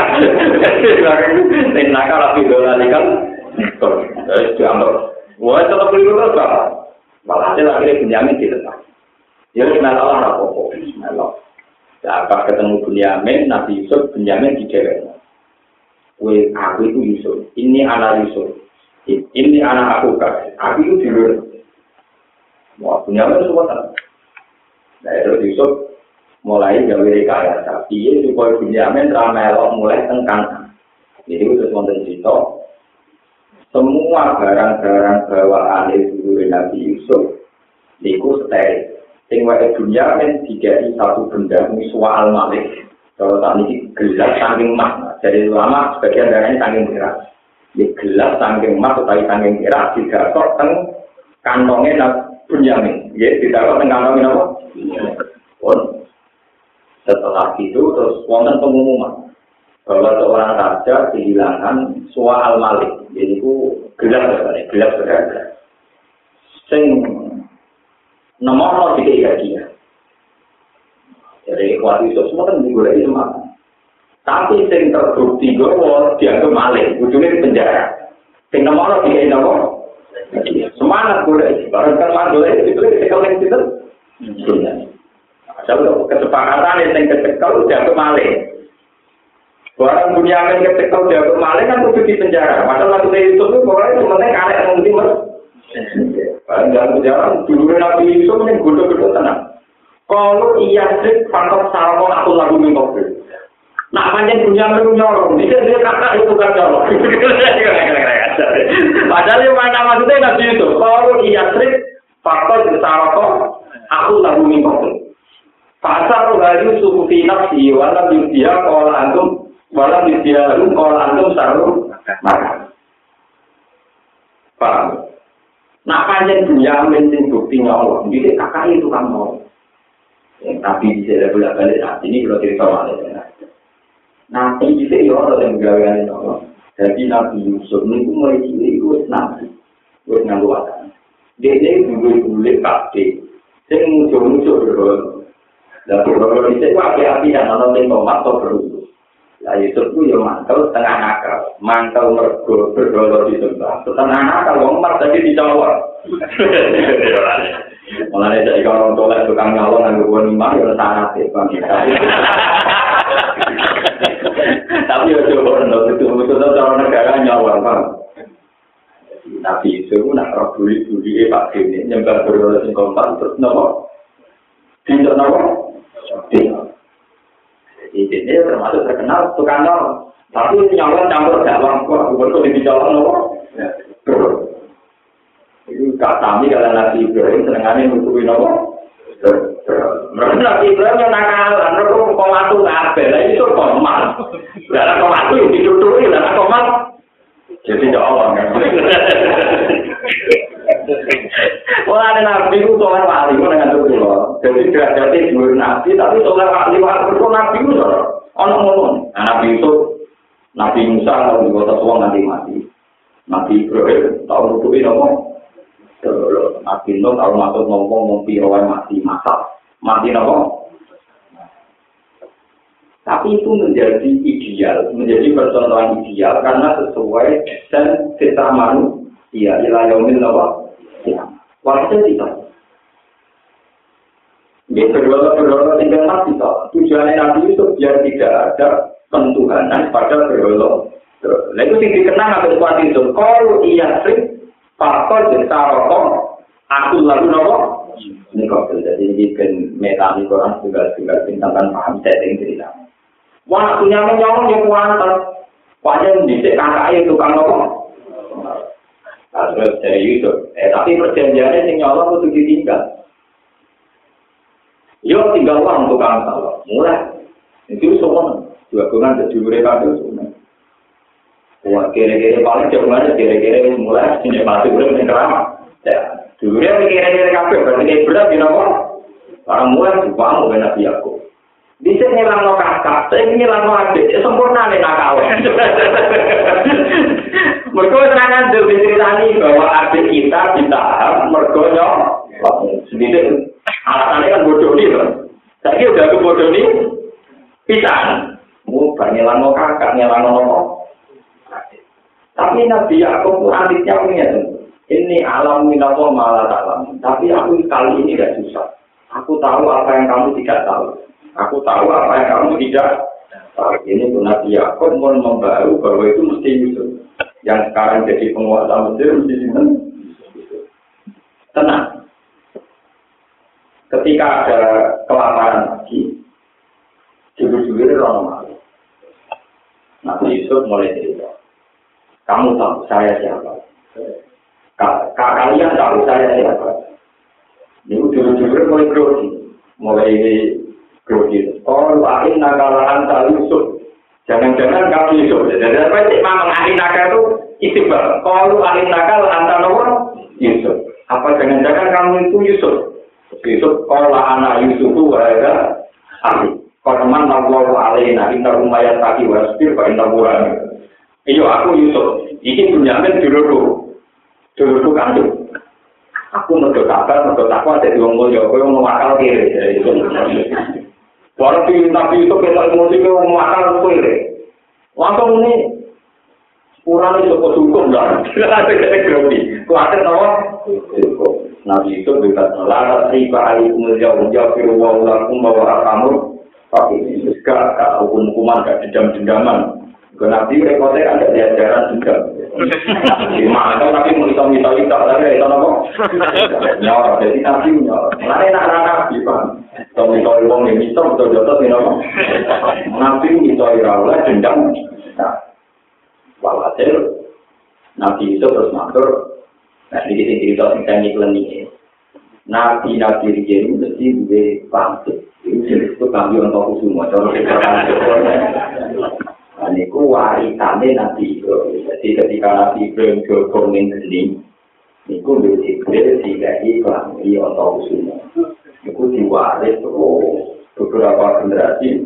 Di nakal itu lari kan. Diambil. Wah tetap beliau berapa? Walhasil akhirnya Benyamin dilepas. Ya Bismillah apa-apa. Bismillah. Pas ketemu Benyamin, Nabi Yusuf, Benyamin di dewek. Aku itu Yusuf. Ini anak Yusuf. Ini anak aku kan. Aku itu di luar. Wah, Benyamin itu semua tak. Nah, itu Yusuf mulai gawe rekayasa. Iya supaya Benyamin ramelok mulai tengkang. Jadi itu wonten cerita. Semua barang-barang bawaan itu Nabi Yusuf niku steril. Sing wae Benyamin dikai satu benda miswa al-malik. Kalau tadi gelas saking emas. Jadi ulama sebagian darahnya saking beras. Ya gelas saking emas atau saking beras digatok teng kantongnya Benyamin. Ya digatok teng kantongnya apa? Pun setelah itu terus wonten pengumuman bahwa seorang raja kehilangan suwa al-malik. Jadi itu gelas berharga. Sing nomor tiga dia. Jadi kuat itu semua kan digulai semua. Tapi sing terbukti bahwa dianggap maling, ujungnya di penjara. Sing nomor tiga nomor. Semangat gulai. Barang kan manggulai itu sekali itu. Kalau kesepakatan yang kecekal dianggap maling. Barang Benyamin kecekal dianggap maling kan kudu di penjara. Padahal waktu itu pokoknya sebenarnya karek mungkin dalam perjalanan dulu Nabi Yusuf ini bodoh-bodoh tenang. Kalau iya trik faktor salmon atau lagu minggu. Nak panjang punya nyolong, dia kakak itu kan nyolong. Padahal yang mana maksudnya Nabi Yusuf. Kalau iya trik faktor salmon aku lagu minggu. Pasar lalu suku finap si walam dia kalau antum walam dia kalau antum saru makan. Paham? Nak panjang Benyamin sing bukti nyolong, jadi kakak itu kan mau. Tapi bisa bolak-balik saat ini kalau cerita malah. Nanti bisa orang yang gawean nyolong. Jadi Nabi Yusuf ini mulai cilik itu nabi, buat ngangguatan. Dia boleh kafe, saya muncul berdoa. Dan berdoa di sini api-api yang nonton tomat atau berdoa. Lah Yusuf itu yang mantel setengah nakal, mantel mergo berdoa di sebelah. Setengah nakal, ngomong tadi dijawab. Mulanya dari orang tolak tukang nyalon yang gue nimang, ya sangat ya bang. Tapi ya coba betul-betul orang negara nyawar bang. Nabi itu nak buli-buli Pak Dini nyembah berdoa singkompan terus nopo, tidak nopo. Ini termasuk terkenal tukang nyolong. Tapi nyolong campur dalam kok betul dicolong nopo. Itu kami kalau Nabi Ibrahim senengannya nutupi nopo. Mereka Nabi Ibrahim yang nakalan, mereka komatu kabel, lah itu komat. Lah komatu yang ditutupi, lah komat. Jadi nyolong kan. Mulane Nabi itu soal wali ku dengan tuh. Jadi derajate dhuwur Nabi tapi soal wali ku Nabi ku ono ngono. Nabi itu Nabi Musa kalau dibuat wong nanti mati. Nabi Ibrahim tahun nutupi nopo? Nabi Nuh tahun masuk ngomong ngompi rawan mati masak. Mati nopo? Tapi itu menjadi ideal, menjadi percontohan ideal karena sesuai dan citra manusia. Iya, ila yaumil nawa. Ya. Waktu kita. Dia berdoa tinggal Nabi kita. Tujuannya Nabi itu biar tidak ada pentuhanan pada berdoa. Nah itu sih dikenang atau kuat itu. Kalau iya sih, faktor besar aku lalu nawa. Ini kok jadi bikin metani Quran juga bintangkan paham setting cerita. Wah, punya menyolong yang kuantar. Wajah dicek kakak tukang nopo. Terus dari Yusuf. Tapi perjanjiannya yang nyolong itu ditinggal. Yo tinggal uang tukang salah. Mulai. Itu semua. Dua bulan jadi mereka itu semua. Wah, kira-kira paling jauhnya kira-kira mulai sini masih belum yang kerama. Ya, dulu dia kira-kira kafe berarti berat di nopo. Orang mulai bangun dengan Nabi aku. Bisa ngilang no kakak, saya ngilang no adik, sempurna nih nakal. Mereka serangan diceritani bahwa adik kita ditahan, mereka sendiri alasannya kan bodoh nih loh. Saya udah ke bodoh nih, pisan. Mau ngilang no kakak, ngilang no. Tapi Nabi Yakub adiknya punya ini alam minallah malah alam. Tapi aku kali ini tidak susah. Aku tahu apa yang kamu tidak tahu. Aku tahu apa yang kamu tidak tahu. Ini pun Nabi Yakub mau membaru bahwa itu mesti Yusuf. Yang sekarang jadi penguasa Mesir mesti simpen. Tenang. Ketika ada kelaparan lagi, jujur-jujur orang malu. Nabi Yusuf mulai cerita. Kamu tahu saya siapa? Kalian tahu saya siapa? Ini jujur-jujur mulai grogi. Mulai grogi. Oh, akhir nakalan tak Yusuf. Jangan-jangan kamu Yusuf. Jadi apa sih memang akhir nakal itu istighfar. Kalau akhir nakal antara nomor Yusuf. Apa jangan-jangan kamu itu Yusuf? Yusuf kalau anak Yusuf itu ada akhir. Kalau teman Allah alaina inna umayyat tadi wasbir fa inna buran. Iyo aku Yusuf. Ini Bunyamin dulu kandung. Aku mergo takwa dadi wong mulya, kowe wong akal kiri. Baru di Nabi Yusuf ketok emosi ke wong akal kiri. Langsung ini kurang iso hukum lah. Kuatir nawa? Nabi Yusuf bebas melarang riba alikumul jauh jafiru wa ulakum bawa akamur. Tapi ini juga hukum-hukuman, gak dendam-dendaman. Nabi repotnya ada di ajaran dendam. Gimana Nabi mau kita tapi itu apa? Nyawa, jadi Nabi nyawa. Mulai Nabi Pak. Kalau misalnya orang yang bisa betul-betul ini apa? Nabi misalnya oleh dendam. Walhasil Nabi itu terus matur. Nah ini cerita singkat ini. Nabi-nabi ini mesti di pangsit. Ini itu kami untuk semua. Ini warisannya Nabi Ibrahim. Jadi ketika Nabi Ibrahim berkomen ini, itu Jibril dikai kelambi atau semua. Itu diwaris beberapa generasi.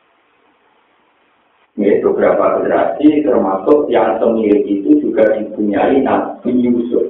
Beberapa generasi termasuk yang semirip itu juga dipunyai Nabi Yusuf.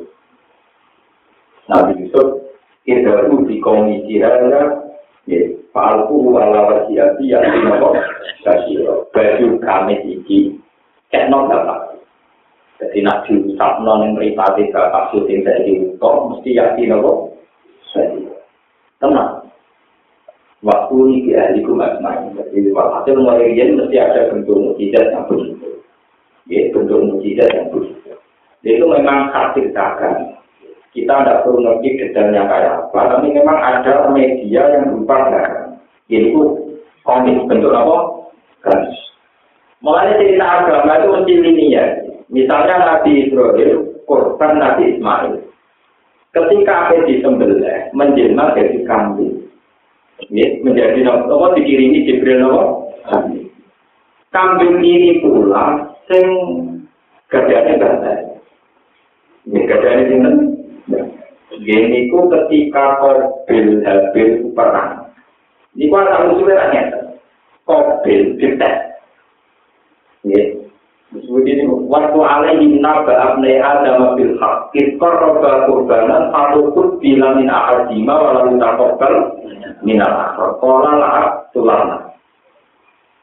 Nabi Yusuf itu di komisi raya. Falku ala wasiati yang dinamo kasih baju kami iki kenok dapat. Jadi nak diusapno ning mripate bapak syuting dari utok mesti yakin apa? Tenang. Waktu ini ahliku main. Jadi hasil mulai ini mesti ada bentuk mukjizat yang begitu. Ya, bentuk mukjizat yang begitu. Itu memang hak ciptakan. Kita tidak perlu ngerti detailnya kayak apa, tapi memang ada media yang berupa barang. Yaitu komik bentuk apa? Garis. Mulanya cerita agama itu mesti linear. Misalnya Nabi Ibrahim, korban Nabi Ismail. Ketika apa disembelih, menjelma jadi kambing. Menjadi apa? Dikirimi Jibril apa? Kambing. Kambing ini pula sing gadanya bahasa. Ini gadanya sing gini ku ketika Qabil Habil perang. Ini ku ada musuhnya Qabil dites. Ya. Musuh ini waktu alaihi naba abnai Adam bil haq. Ikor roba kurbanan fatukut bila min ahadima walau takokal minal akhir. Kola la'ab tulana.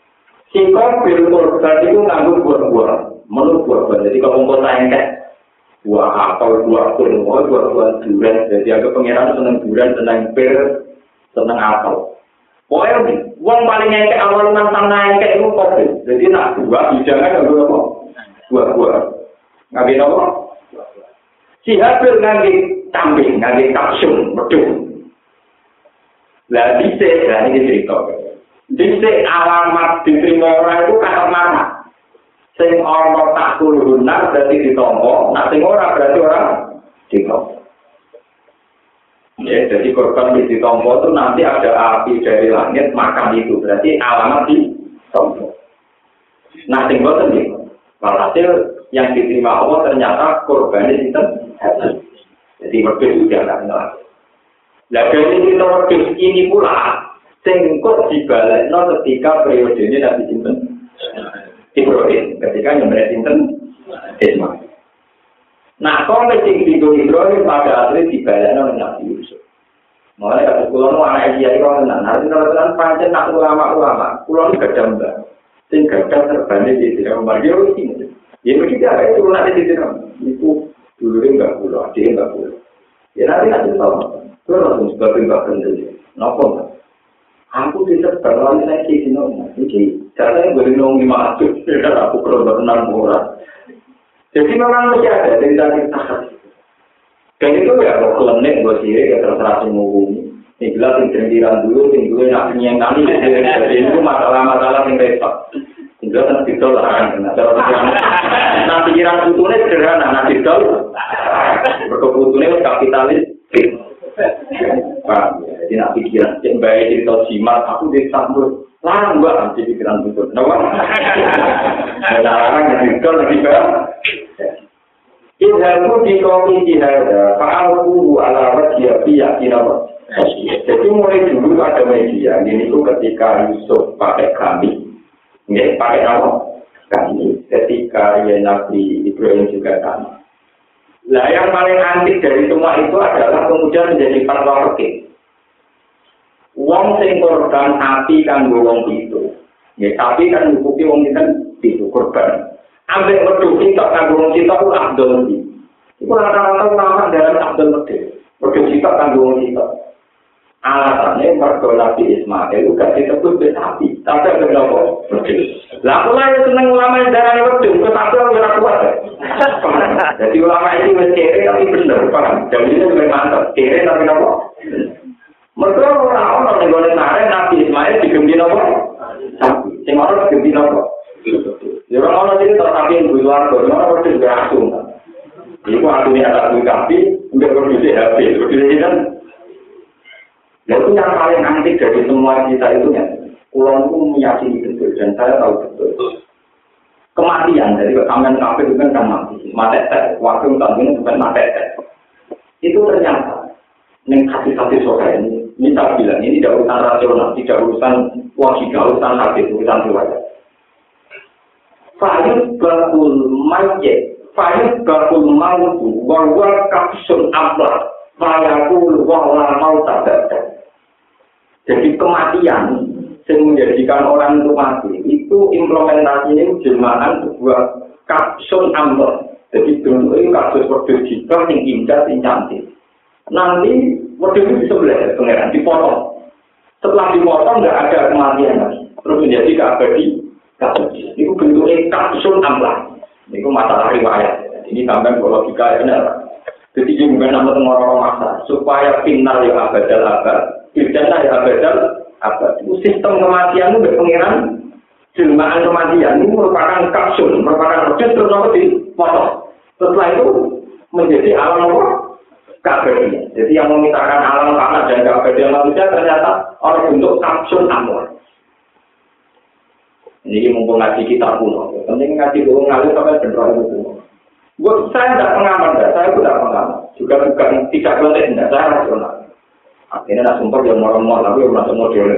Si Qabil kurban itu nganggur buah-buah. Menurut buah-buah. Jadi kalau kota engkek. buah apel, buah kurma, buah durian. Jadi aku pengiran seneng durian, seneng pir, seneng apel. Pokoknya uang paling ngekek awal nantang ngekek itu kopi. Jadi nak buah bijangan nggak apa? Buah. Ngapain apa? Si habil ngaji kambing, ngaji kapsul, betul. Lah bisa, ini cerita. Bisa alamat diterima orang itu kata marah. Sing ana tak kulunan berarti ditompo, nak sing ora berarti orang ditompo. Ya, jadi korban ditompo itu nanti ada api dari langit makan itu, berarti alamat ditompo. Nah, sing boten iki. Walhasil yang diterima Allah ternyata korbannya itu jadi wedhus juga enggak kenal. Lah dari kita wedhus ini pula sing kok dibalekno ketika periodenya Nabi sinten? Ibrahim, ketika nyembelih sinten Ismail. Nah, kalau sing digo Ibrahim pada akhirnya dibalekno Nabi Yusuf. Mulai kata kula nu anak dia iki wong tenan, arep tenan pancen tak ulama-ulama. Kula nu gadah mbak. Sing gadah terbane di dalam bagian iki. Ya begitu ya, itu nanti di dalam. Itu dulu enggak kula, dia enggak kula. Ya nanti tahu. Kula langsung sebab pendiri. Napa? Aku tidak terlalu saya sih ini caranya berinong 500 aku perlu berenang murah. Jadi memang masih ada dari tadi. Dan itu ya kalau klenik gue sih ya terserah semua ini jelas yang cendiran dulu nak yang kali jadi itu masalah yang repot. Tinggal kan didol lah nah pikiran putune sederhana nah didol berkeputune kapitalis. Pak, jadi nak pikiran yang baik cerita simat, aku disambut larang gua nanti pikiran itu, kenapa? Larang yang itu lagi kan? Ilhamu di kopi jihada, fa'alku ala wajib yakin. Jadi mulai dulu ada media, ini tuh ketika Yusuf pakai kami, nggak pakai apa? Kami, ketika ya Nabi Ibrahim juga kami. Nah, yang paling antik dari semua itu adalah kemudian menjadi fatwa fikih. Wong sing korban api kan wong itu. Ya, tapi kan hukuki wong itu korban. Ambek wedhus sitok kan wong sitok ku Abdul. Iku rata-rata ulama dalam Abdul Medhe. Wedhus sitok kan wong sitok. Alasannya mergo Nabi Ismail itu gak disebut sapi, tapi kenapa? Lah kula seneng ulama yang darane wedhus, tapi ora kuat. Jadi ulama ini wis kere tapi bener, paham? Jadi ini lebih mantap, kere tapi napa? Mergo ora ono ning gone mare Nabi Ismail digembi napa? Sapi. Sing ora digembi napa? Ya ora ono sing tapi yang luar ora wedhus langsung. Iku artinya ada sapi, enggak perlu HP. Jadi kan itu yang paling antik dari semua kita itu ya, pulau itu meyakini betul dan saya tahu betul. Kematian dari kesamaan kafir itu kan mati, waktu ini bukan mati. Itu ternyata neng hati-hati sore ini saya bilang ini tidak urusan rasional, tidak urusan logika, urusan hati, urusan riwayat. Fayud bakul mayat, fayud bakul mautu, warwar kapsun ablah, fayakul wala mau tabatan. Jadi kematian yang menjadikan orang itu mati itu implementasinya jelmaan sebuah kapsul amber. Jadi bentuknya kasus wedhus jika yang indah, yang cantik. Nanti wedhus itu disembelih pengeran dipotong. Setelah dipotong nggak ada kematian lagi. Terus menjadi keabadi. Itu bentuknya kapsul amber. Itu masalah riwayat. Ini tambah logika ya benar. Jadi juga nama orang masa supaya final ya abadal abad. Bidana ya abadal. Itu sistem kematian itu pengiran jelmaan kematian ini merupakan kapsul, merupakan proses terus dipotong. Setelah itu menjadi alam keabadian. Jadi yang memisahkan alam panas dan keabadian manusia ternyata orang bentuk kapsul amor. Ini mumpung ngaji kita kuno. Penting ngaji dulu ngalir sampai benar itu. Saya tidak pengamat, saya tidak pengamat. Juga bukan tidak boleh, tidak saya rasional. Akhirnya nak sumpah yang normal, tapi yang masuk modern.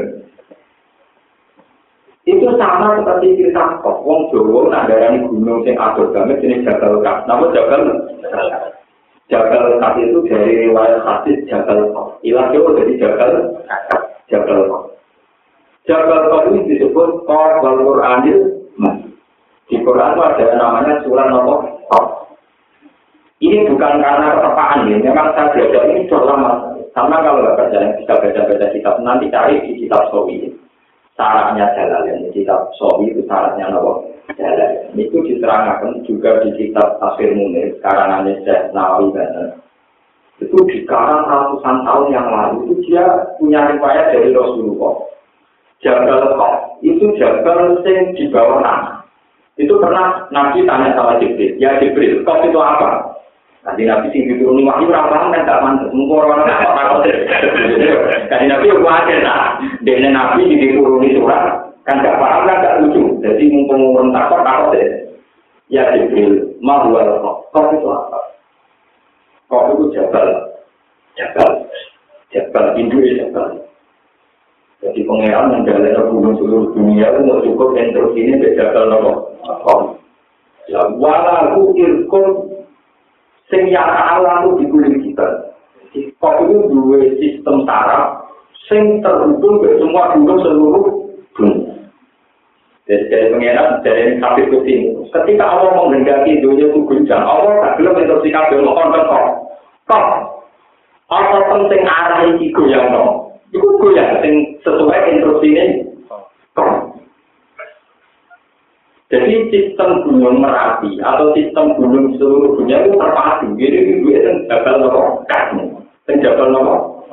Itu sama seperti cerita kok. Wong Jawa nagarani gunung yang atur banget jenis Jabal Kaf. Nama Jabal Kaf itu dari riwayat hadis Jabal Kaf. Ilah Jawa jadi Jabal Kaf. Jabal Kaf ini disebut Qaf wal Qur'anil Mas. Di Quran itu ada namanya surah nomor Qaf. Ini bukan karena ketepaan ya, memang saya belajar ini sudah lama. Sama kalau nggak kerja yang bisa baca-baca kitab, nanti cari di kitab Sawi. Syaratnya Jalalain, kitab Sawi itu syaratnya apa? Jalalain. Itu diterangkan juga di kitab Tafsir Munir, karangannya Syekh Nawawi dan itu dikarang ratusan tahun yang lalu. Itu dia punya riwayat dari Rasulullah. Jabal Qaf, itu jabal yang di bawah tanah. Itu pernah Nabi tanya sama Jibril, ya Jibril, Qaf itu apa? Nanti Nabi sing dituruni wahyu ora paham kan gak mantuk. Mengko ora ana takut. Kan Nabi yo kuwatir nah. Dene Nabi dituruni surat kan gak paham kan gak lucu. Jadi mumpung urun takut deh. Ya Jibril, ma huwa Qaf itu apa? Qaf itu jabal Indonesia. Jadi pengeran menjalani hubungan seluruh dunia itu mau cukup yang terus ini jabal Qaf. Ya walau irkun sing nyata Allah itu dikulit kita. Kok itu dua sistem saraf sing terhubung ke semua gunung seluruh dunia. Jadi dari pengenan dari kafir ke sini. Ketika Allah menghendaki dunia itu guncang, Allah tak belum instruksi kafir mengkontrol kok. Allah penting arah ini goyang no. Itu goyang sing sesuai instruksi ini. Kok. Jadi sistem gunung Merapi atau sistem gunung seluruh dunia itu terpadu. Jadi itu jabal nomor kasmu, jabal nomor.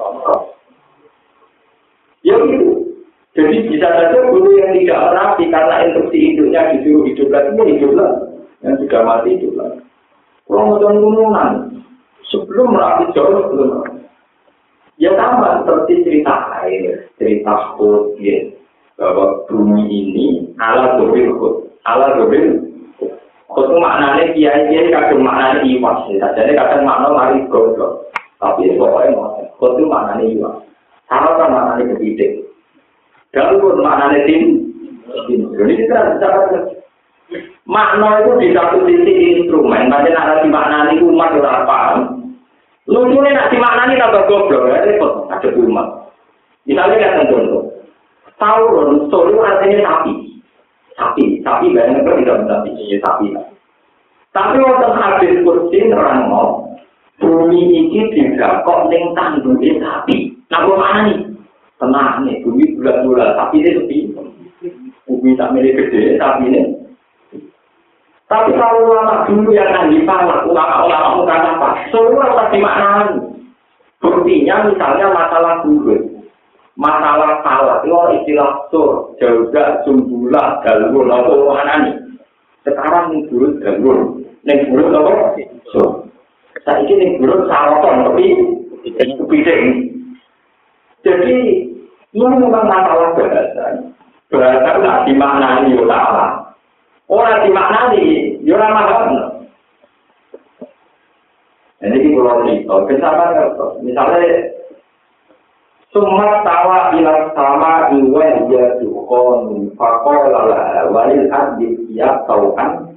Ya gitu. Jadi bisa saja gunung yang tidak Merapi karena instruksi hidupnya disuruh hidup lagi, hiduplah. Yang sudah mati hiduplah. Kalau mau gunungan sebelum Merapi jauh sebelum Merapi. Ya sama seperti cerita air, cerita Hud, ya, bahwa bumi ini ala Hud. Allah Gobil, itu maknanya kiai-kiai kadang maknanya iwas, jadi kadang makna mari goblok. Tapi pokoknya itu maknanya iwas. Sama kan maknanya kebidik. Dan pun maknanya tim. Ini kita bicara makna itu di satu sisi instrumen, tapi narasi maknanya umat orang paham. Lucunya nak dimaknani tambah goblok, ya repot ada umat. Misalnya kan contoh, Tauron, Tauron artinya sapi banyak kan tidak menjadi sapi. Tapi waktu habis kursi nerangno, bumi ini tidak kok ning tanduke sapi. Nah, mana nih? Tenang nih, bumi bulat-bulat, sapi ini sepi. Bumi tak milik gede, sapi ini. Tapi kalau ulama dulu yang ahli falak, ulama-ulama bukan apa, semua harus dimaknani. Buktinya misalnya masalah buruk. Masalah salah, itu istilah sur, jauh-jauh, jumbulah, galur, apa mana nih? Sekarang nih buruk galur, nih buruk apa? Sur. Saya ini nih buruk saroton, tapi kepiting. Jadi ini memang masalah bahasa. Bahasa nggak dimaknani ulama. Orang dimaknani, orang mahal. Jadi kalau cerita, kenapa? Misalnya. Sumat tawa ilang sama iwan jadukon fakolah walil adib ya taukan.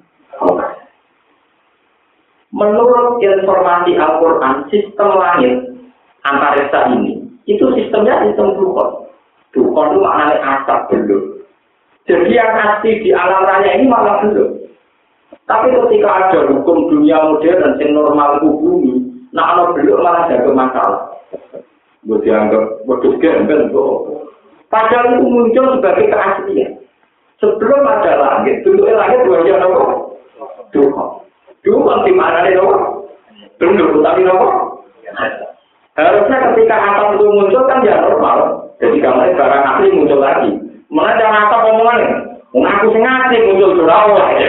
Menurut informasi Al-Quran, sistem langit antariksa ini itu sistemnya sistem dukon. Dukon itu maknanya asap belum. Jadi yang asli di alam raya ini malah belum. Tapi ketika ada hukum dunia modern yang normal bumi, nah kalau belum malah ada masalah. Gue dianggap bodoh gembel kok. Padahal itu muncul sebagai keaslian. Sebelum ada langit, bentuknya langit wajah apa? Dukun di mana nih apa? Belum tapi apa? Harusnya ketika atap itu muncul kan ya normal. Jadi kamarnya barang asli muncul lagi. Mana jangan atap omongannya? Mengaku sengaja muncul surau aja.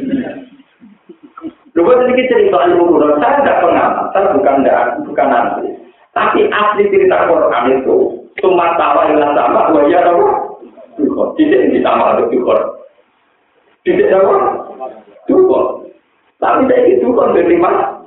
Lupa sedikit cerita ilmu Quran. Saya tidak pengamatan, bukan asli. Tapi asli cerita Quran itu cuma tawa yang sama, wajah apa? Tidak ditambah untuk dukor. Tidak apa? Dukor. Tapi dari dukor dari mana?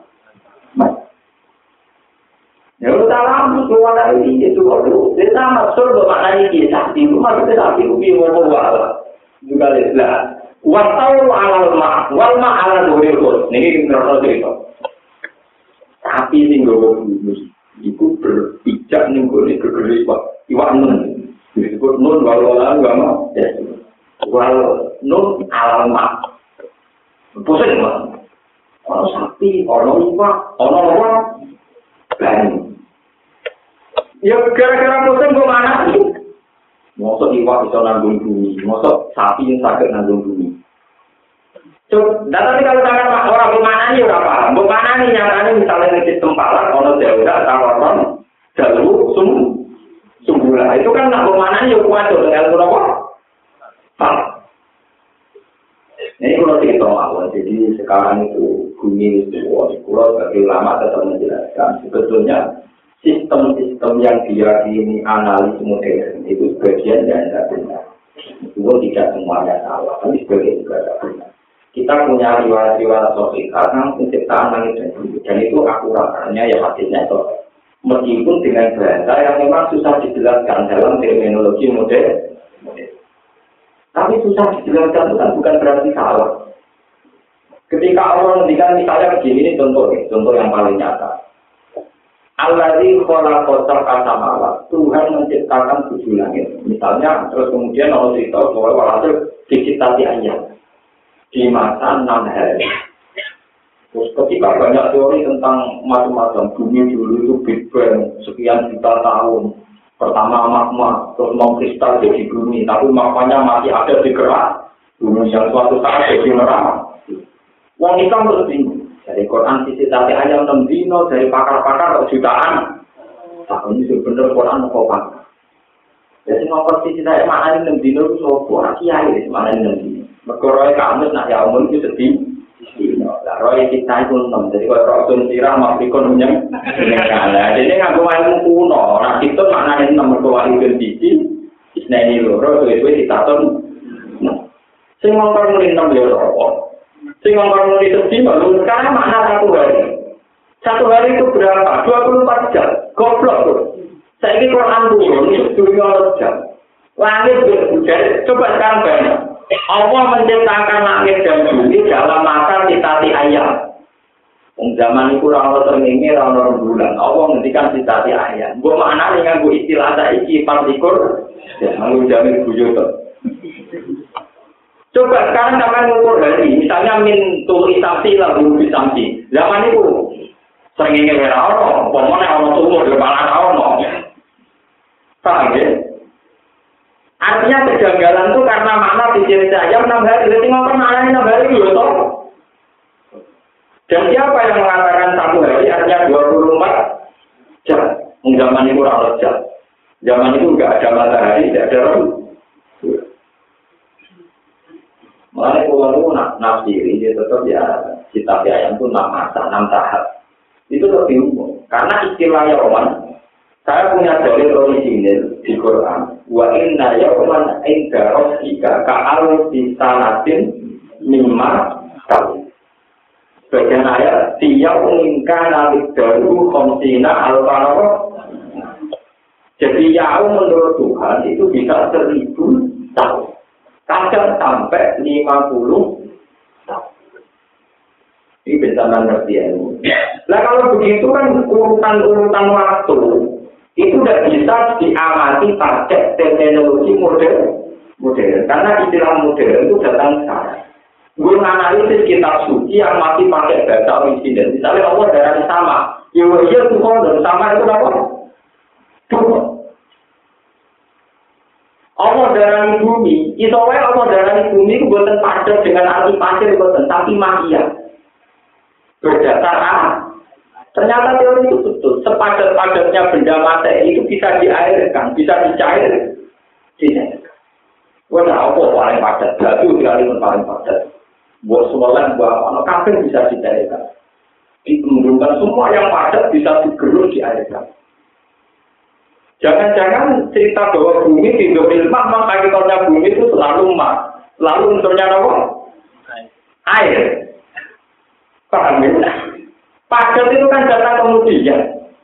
Ya udah lama semua dari itu dulu. Dia sama surga maknanya dia sakti. Maksudnya sakti itu bingung wala. Juga lihat. Wasau alal ma, wal ma alal duril. Ini kita cerita. Tapi tinggal itu berpijak nih gue gegeri iwak nun disebut nun walau agama ya walau nun alamat pusing mah ono sapi, ono iwak, ono apa? Banyu. Ya gara-gara musim gue mana sih? Mosok iwak bisa nanggung bumi, mosok sapi yang sakit nanggung bumi. Cuk, tapi kalau sampai orang bumana nih berapa? Bumana nih yang misalnya di sistem palak, ono jauh-jauh, tawaran, jalur, sumbulah. Itu kan nak bumana nih kuat tuh dengan berapa? Ini kalau cerita awal, jadi sekarang itu bumi itu, kalau sebagai ulama tetap menjelaskan sebetulnya sistem-sistem yang diyakini analis modern itu sebagian yang tidak benar. Itu tidak semuanya salah, tapi sebagian juga tidak benar. Kita punya riwayat-riwayat sosial karena penciptaan langit dan bumi, dan itu akuratannya ya hadisnya itu. Meskipun dengan bahasa yang memang susah dijelaskan dalam terminologi modern. Tapi susah dijelaskan itu kan bukan berarti salah. Ketika Allah menghentikan misalnya begini, ini contoh yang paling nyata. Allazi khalaqa sab'a samawat. Tuhan menciptakan 7 langit. Misalnya, terus kemudian Allah cerita bahwa walhasil diciptati ayat di masa 6 hari. Terus ketika banyak teori tentang macam-macam, bumi dulu itu Big Bang, sekian juta tahun. Pertama magma, terus mau kristal jadi bumi, tapi magmanya masih ada di kerak. Bumi yang suatu saat jadi neraka. Wong Islam terus bingung. Dari Quran sisi tadi ayam 6 dino, dari pakar-pakar kok jutaan. Tapi ini sebenarnya Quran kok pakar. Jadi ngomong sisi saya maknanya 6 dino itu sopo, kiai maknanya 6 dino. Berkoroi kamus nak ya umum itu sedih. Lah roy kita itu 6, jadi kalau Rasul sirah makrikon menyang. Jadi ngaku ilmu kuno, nah itu maknanya 6 berkewali dan biji. Isna ini loro, itu ditaton. Sing ngomong mulai 6 ya rokok. Sing ngomong mulai sedih, lalu sekarang makna 1 hari. 1 hari itu berapa? 24 jam. Goblok tuh. Saya ini Quran turun, itu 24 jam. Langit berhujan, coba sekarang banyak. Allah menciptakan langit dan bumi dalam masa titati ayam. Zaman itu orang terngenge, orang bulan. Allah menghentikan titati ayam. Gue mana dengan gue istilah saiki 4 likur, ya lalu jamin bujut. Coba sekarang sampai ngukur hari, misalnya min tuli samsi lalu samsi. Zaman itu terngenge orang, pokoknya orang tumbuh di kepala orang. Paham ya? Artinya kejanggalan itu karena makna diciptakan ayam 6 hari. Jadi ngomong maknanya 6 hari dulu toh. Dan siapa yang mengatakan 1 hari artinya 24 jam. Zaman itu kurang jam. Zaman itu enggak ada matahari, tidak ada rembulan. Makanya kalau itu nafsiri, dia tetap ya cita ayam itu 6 masa, 6 tahap. Itu lebih umum. Karena istilahnya Roman. Saya punya dalil orisinil di Quran. Wa inna yawman inda rabbika ka'al bisanatin mimma tahun. Bagian ayat tiyawingka nalik daru khomsina al-farah. Jadi yaum menurut Tuhan itu bisa 1000 tahun. Kadang sampai 50 tahun. Ini bisa mengerti ilmu. Nah kalau begitu kan urutan-urutan waktu itu tidak bisa diamati pakai teknologi modern. Karena istilah modern itu datang sekarang. Gue menganalisis kitab suci yang masih pakai bahasa orisinil. Misalnya Allah darah sama. Ya Tuhan dan sama itu apa? Tuhan. Allah darah bumi. Isowai Allah darah bumi itu buatan padat dengan arti pasir buatan. Tapi magia. Berdasar ternyata teori itu betul. Sepadat-padatnya benda materi itu bisa diairkan, bisa dicair. Wah, apa paling padat? Batu sekali pun paling padat. Buat semuanya, buat apa? Kafe bisa dicairkan. Itu menunjukkan semua yang padat bisa digerus diairkan. Jangan-jangan cerita bahwa bumi tidur ilmah, maka hakikatnya bumi itu selalu emas. Selalu unsurnya apa? Air. Paham ya? Padat itu kan datang kemudian.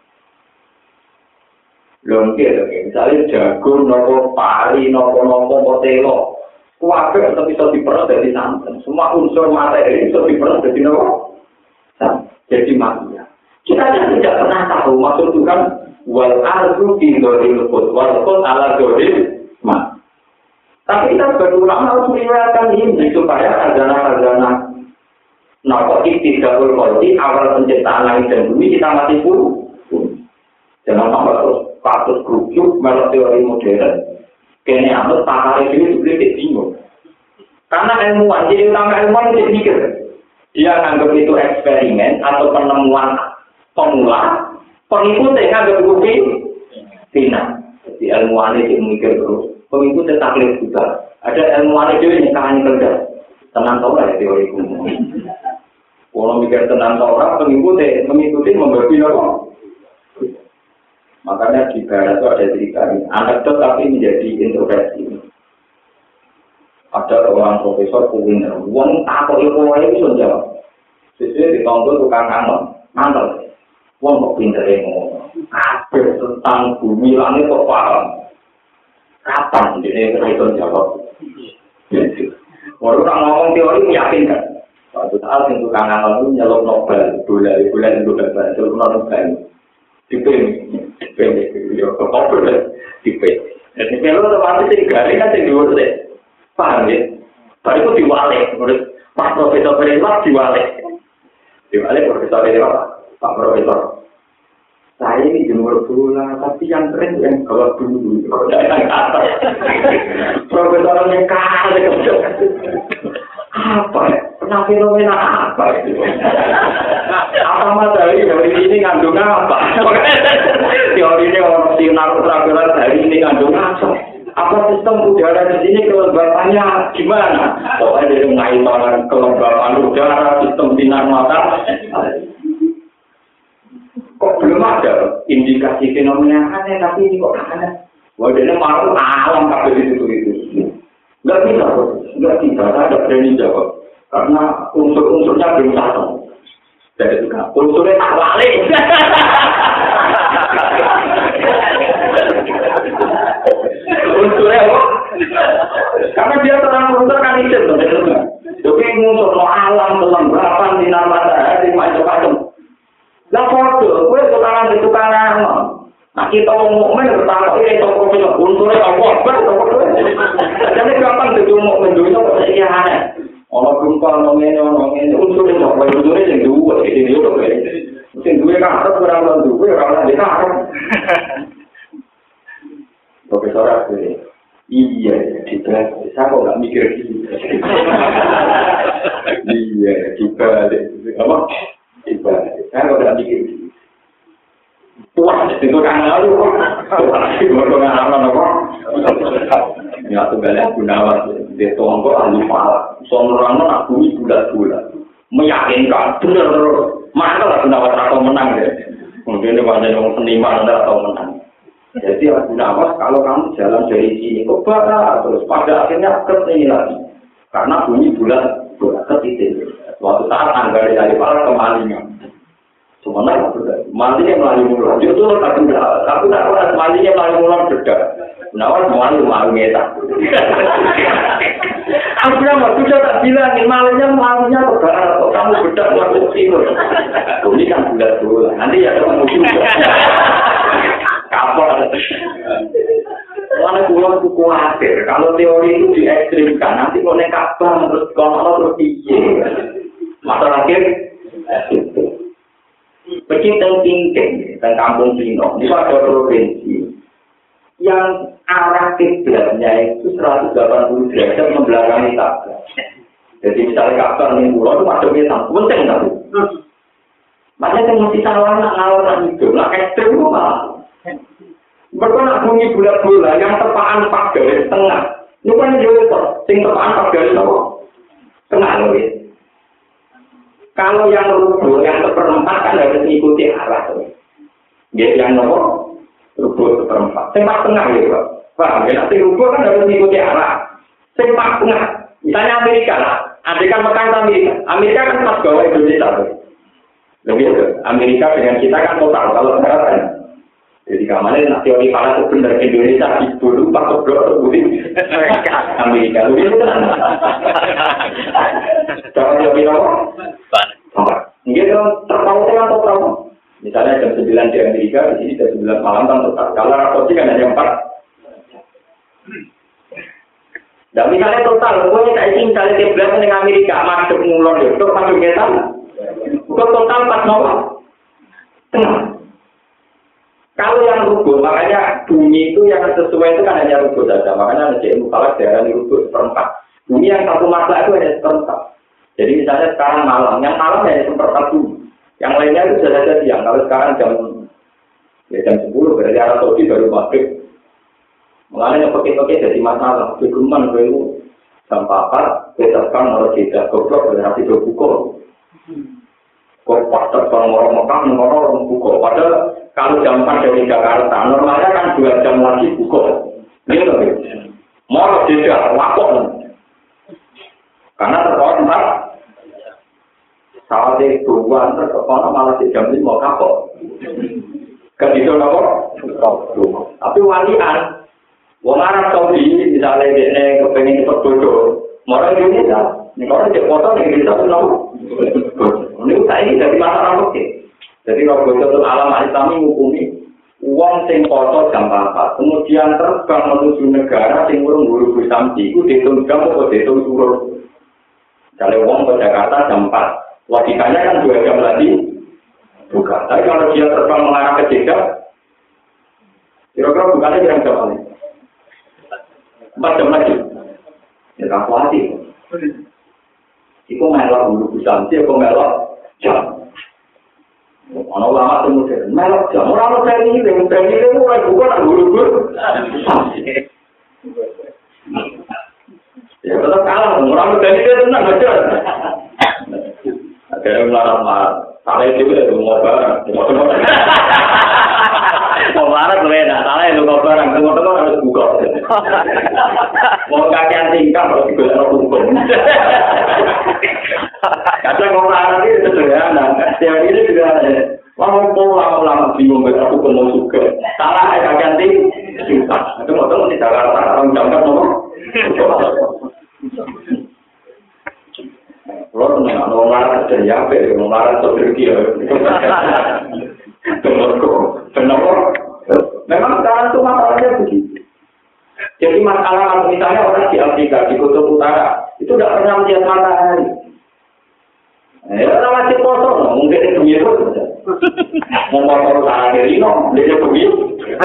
Longkir, misalnya jagung, nopo pari, nopo potelo. Kuabe tetap bisa diperas dari santan. Semua unsur materi bisa diperas dari nopo. Jadi magia. Kita tidak pernah tahu maksud Tuhan. Wal ardu fi dzoril qut wal qut ala dzoril ma. Tapi kita sebagai ulama harus meriwayatkan ini supaya sarjana-sarjana Nah, kok ibtidaul khalqi awal penciptaan langit dan bumi kita masih puluh. Jangan sampai terus kasus kerucut menurut teori modern. Kayaknya anut pakar ini juga bingung. Karena ilmuwan, jadi utama ilmuwan itu mikir. Dia nganggap itu eksperimen atau penemuan pemula, pengikutnya nganggap bukti final. Jadi ilmuwan itu mikir terus, pengikutnya taklid juga. Ada ilmuwan itu yang kangen kerja. Tenang tahu lah teori umum. Kalau mikir tenang tahu orang, mengikuti membagi apa? Makanya di barat itu ada cerita ini. Anekdot tapi menjadi introversi. Ada orang profesor kuliner, uang takut itu bisa jawab. Sesuai ditonton tukang ngantor. Uang kok pinter ngomong. Kabeh tentang bumi langit kok paham. Kapan dia bisa jawab? Orang ngomong teori meyakinkan. Suatu saat yang tukang ngantor itu nyelok Nobel, bulan itu Nobel. Dipilih, jadi kalau otomatis digaring kan tinggi deh, paham ya? Baru itu diwalik, Pak Profesor Berewa diwalik Profesor Berewa, Pak Profesor. Saya ini jemur bola, tapi yang keren yang kalau dulu, kalau yang atas, Profesornya kalah, apa? Pernah fenomena apa itu? Apa matahari hari ini ngandung apa? Teori ini orang sinar ultraviolet hari ini ngandung apa? Apa sistem udara di sini kelembapannya gimana? Pokoknya dari mengaitan kelembapan udara, sistem sinar matahari. Kok belum ada indikasi fenomena aneh, tapi ini kok aneh? Wah, ini malu alam kabel itu. Nggak bisa, saya ada berani jawab. Karena unsur-unsurnya belum satu. Jadi itu kan, unsurnya tak lali. Unsurnya apa? Karena dia terang-unsur kan itu. Jadi unsur alam, kelembapan, sinar matahari, macam-macam. Lah foto, gue tukaran. Nah kita mukmin bertaruh ini toko film unsurnya apa? Jadi gampang jadi mukmin dulu kok saya aneh. Orang gempa ngomongin unsurnya apa? Unsurnya yang dua ini dulu kan. Yang dua kan harus berapa dulu orang lain kan. Profesor aku iya, kita saya kok nggak mikir gitu. Iya, kita apa? Kita saya kok nggak mikir gitu. Wah, itu kan lalu tapi ngomongan apa? Ya tunggalnya Gunawan di tonggo alifal. Sonoran aku ini bulat-bulat. Meyakinkan benar. Maka lah Gunawan atau menang deh. Mungkin ada yang seniman atau menang. Jadi Gunawan kalau kamu jalan dari sini ke barat terus pada akhirnya ke sini lagi. Karena bumi bulat ke titik. Suatu saat anggaran dari para kemalingan. Sebenarnya malinya melalui mulut. Itu tapi tidak pernah malinya melalui mulut beda. Nawar malu ngeta. Aku bilang sudah tak bilang malinya ke barat. Kok kamu beda masuk timur? Ini kan bulat dulu. Nanti ya kamu juga. Kapal. Karena pulau itu khawatir. Kalau teori itu diekstrimkan, nanti kalau nekabang terus kalau terus iya. Masalah Pecinta tingking dan kampung Cino, di ada provinsi yang arah kiblatnya itu 180 derajat membelakangi Ka'bah. Jadi misalnya Ka'bah ini pulau itu masuknya sama penting tapi. Makanya yang mesti salah nak itu, nak ekstrim itu malah. Mereka nak bunyi bulat-bulat yang tepaan 4 garis tengah. Ini kan juga sing tepaan 4 garis tengah loh. Kalau yang rubuh, yang seperempat kan harus mengikuti arah. Jadi yang nomor rubuh seperempat. Sempat tengah ya Pak. Paham ya? Nanti rubuh kan harus mengikuti arah. Sempat tengah. Misalnya Amerika lah. Adikan Mekah Amerika. Amerika kan pas bawah Indonesia. Lebih Amerika dengan kita kan total. Kalau sekarang kan. Jadi kamarnya nak teori para itu benar Indonesia di dulu Pak Blok Budi Amerika lebih benar. Kalau teori apa? Mungkin terpaut dengan total. Misalnya jam 9 di Amerika, di sini jam 9 malam kan total. Kalau rapotnya kan hanya 4. Dan misalnya total, pokoknya kayak ini misalnya kiblat di Amerika, masuk ngulon itu, masuk kita, bukan total 4 nomor. Kalau yang rubuh, makanya bumi itu yang sesuai itu kan hanya rubuh saja. Makanya ada mukalaf daerah rubuh seperempat. Bumi yang satu masalah itu hanya seperempat. Jadi misalnya sekarang malam, yang malam hanya seperempat bumi. Yang lainnya itu sudah saja siang. Kalau sekarang jam 10, berarti Arab Saudi baru maghrib. Mengalami pakai-pakai jadi masalah. Keguman itu jam 4, berdasarkan menurut jeda goblok berarti berbuka. Kok terbang orang Mekah, orang buka. Padahal kalau jam 4 dari Jakarta, normalnya kan 2 jam lagi buka. Ini loh, mau jeda, waktu. Karena terkawal tempat, saat itu bulan terkawal malah di jam 5 kapok. Ketika itu tapi walian, wong Arab Saudi misalnya dia kepengen cepat bodoh, mau Indonesia. Ini kalau dia foto yang bisa kenapa? Ini saya dari masalah oke. Jadi kalau bocor alam Islami menghukumi uang sing foto jam 4, kemudian terbang menuju negara sing urung guru samsi, itu dihitung jam atau dihitung turun. Misalnya uang ke Jakarta jam 4, logikanya kan 2 jam lagi buka. Tapi kalau dia terbang mengarah ke Jeddah, kira-kira bukannya kira jam apa? 4 jam lagi. Ya tak khawatir. Iku melok guru samsi, aku melok jam. Ono lama kemudian melok jam. Orang dari ini mulai buka tak guru-guru. Ya tetap kalah. Orang dari ini tenang aja. Ada yang melarang-larang. Salah itu ya, mau barang. Mau barang beda. Salah itu mau barang. Tengok-tengok harus buka. Mau kakian tingkah harus digosok hukum. Kadang orang ini sederhana, yang ini juga lama-lama bingung aku mau suka. Salah agak ganti, susah. Itu mau di Jakarta, orang jangka nomor. Kalau tenang, orang kerja ya, orang sederhana. Kenapa? Memang sekarang itu masalahnya begitu. Jadi masalah misalnya orang di Afrika, di Kutub Utara, itu tidak pernah melihat matahari. Ya, orang masih kosong, mungkin itu biru saja. Mau kotor tanah diri, dia begitu.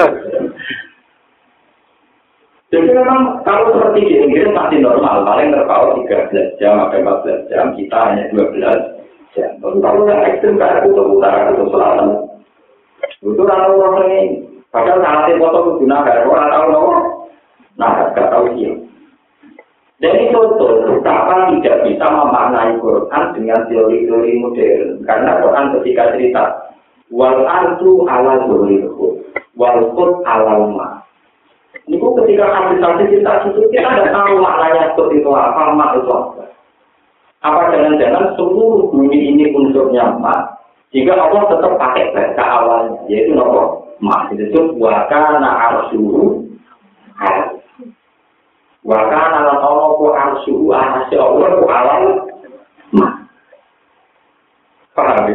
Jadi memang kalau seperti di Inggris masih normal, paling terpaut 13 jam sampai 14 jam, kita hanya 12 jam. Kalau yang ekstrim kayak Kutub Utara, Kutub Selatan, itu orang ini. Padahal sangat foto gunakan orang tahu nggak tahu dia. Dan itu betapa tidak bisa memaknai Quran dengan teori-teori modern. Karena Quran ketika cerita wal ardu ala dzulilhu wal qud ala ma. Itu ketika hadis-hadis kita ada tahu maknanya itu apa, mak itu apa. Apa jangan-jangan seluruh bumi ini unsurnya mak, jika Allah tetap pakai bahasa awalnya, yaitu apa? Mak itu wakana arsyuhu al. Wakana lan Allah ku arsyuhu anasi Allah ku alal mak. Paham ya?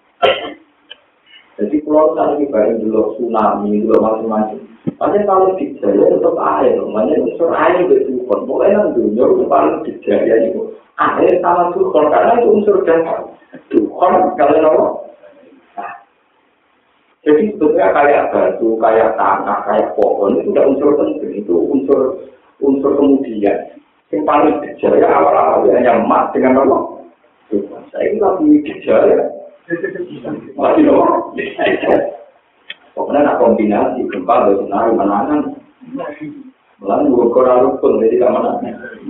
Jadi kalau tadi bareng dulu tsunami, dulu macam-macam. Makanya kalau di Jaya tetap air, makanya unsur air itu pun. Mulai yang dunia itu paling di Jaya itu air sama Tuhan, karena itu unsur dasar. Tuhan kalau apa? Jadi sebetulnya kayak batu, kayak tanah, kayak pohon itu sudah unsur penting, itu unsur kemudian. Yang paling gejala awal-awal hanya emas dengan apa? Saya ini lagi gejala. Masih apa? Pokoknya nak kombinasi gempa dan tsunami menangan. Melalui ukuran rukun jadi kemenangan.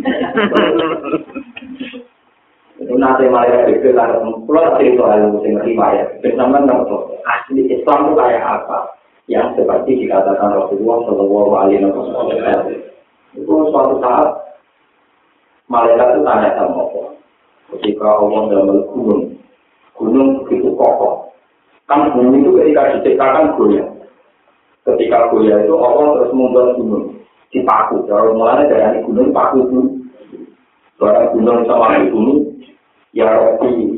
Itu nanti malah itu lah. Pulau cerita soal musim riwayat. Bersama dengan asli Islam itu kayak apa? Yang seperti dikatakan Rasulullah Shallallahu Alaihi Wasallam. Itu suatu saat malaikat itu tanya sama Allah. Ketika Allah dalam gunung begitu kokoh. Kan gunung itu ketika diciptakan goyah. Ketika goyah itu Allah terus membuat gunung dipaku. Kalau mulanya dari gunung paku itu, barang gunung sama gunung. Ya Rabbi,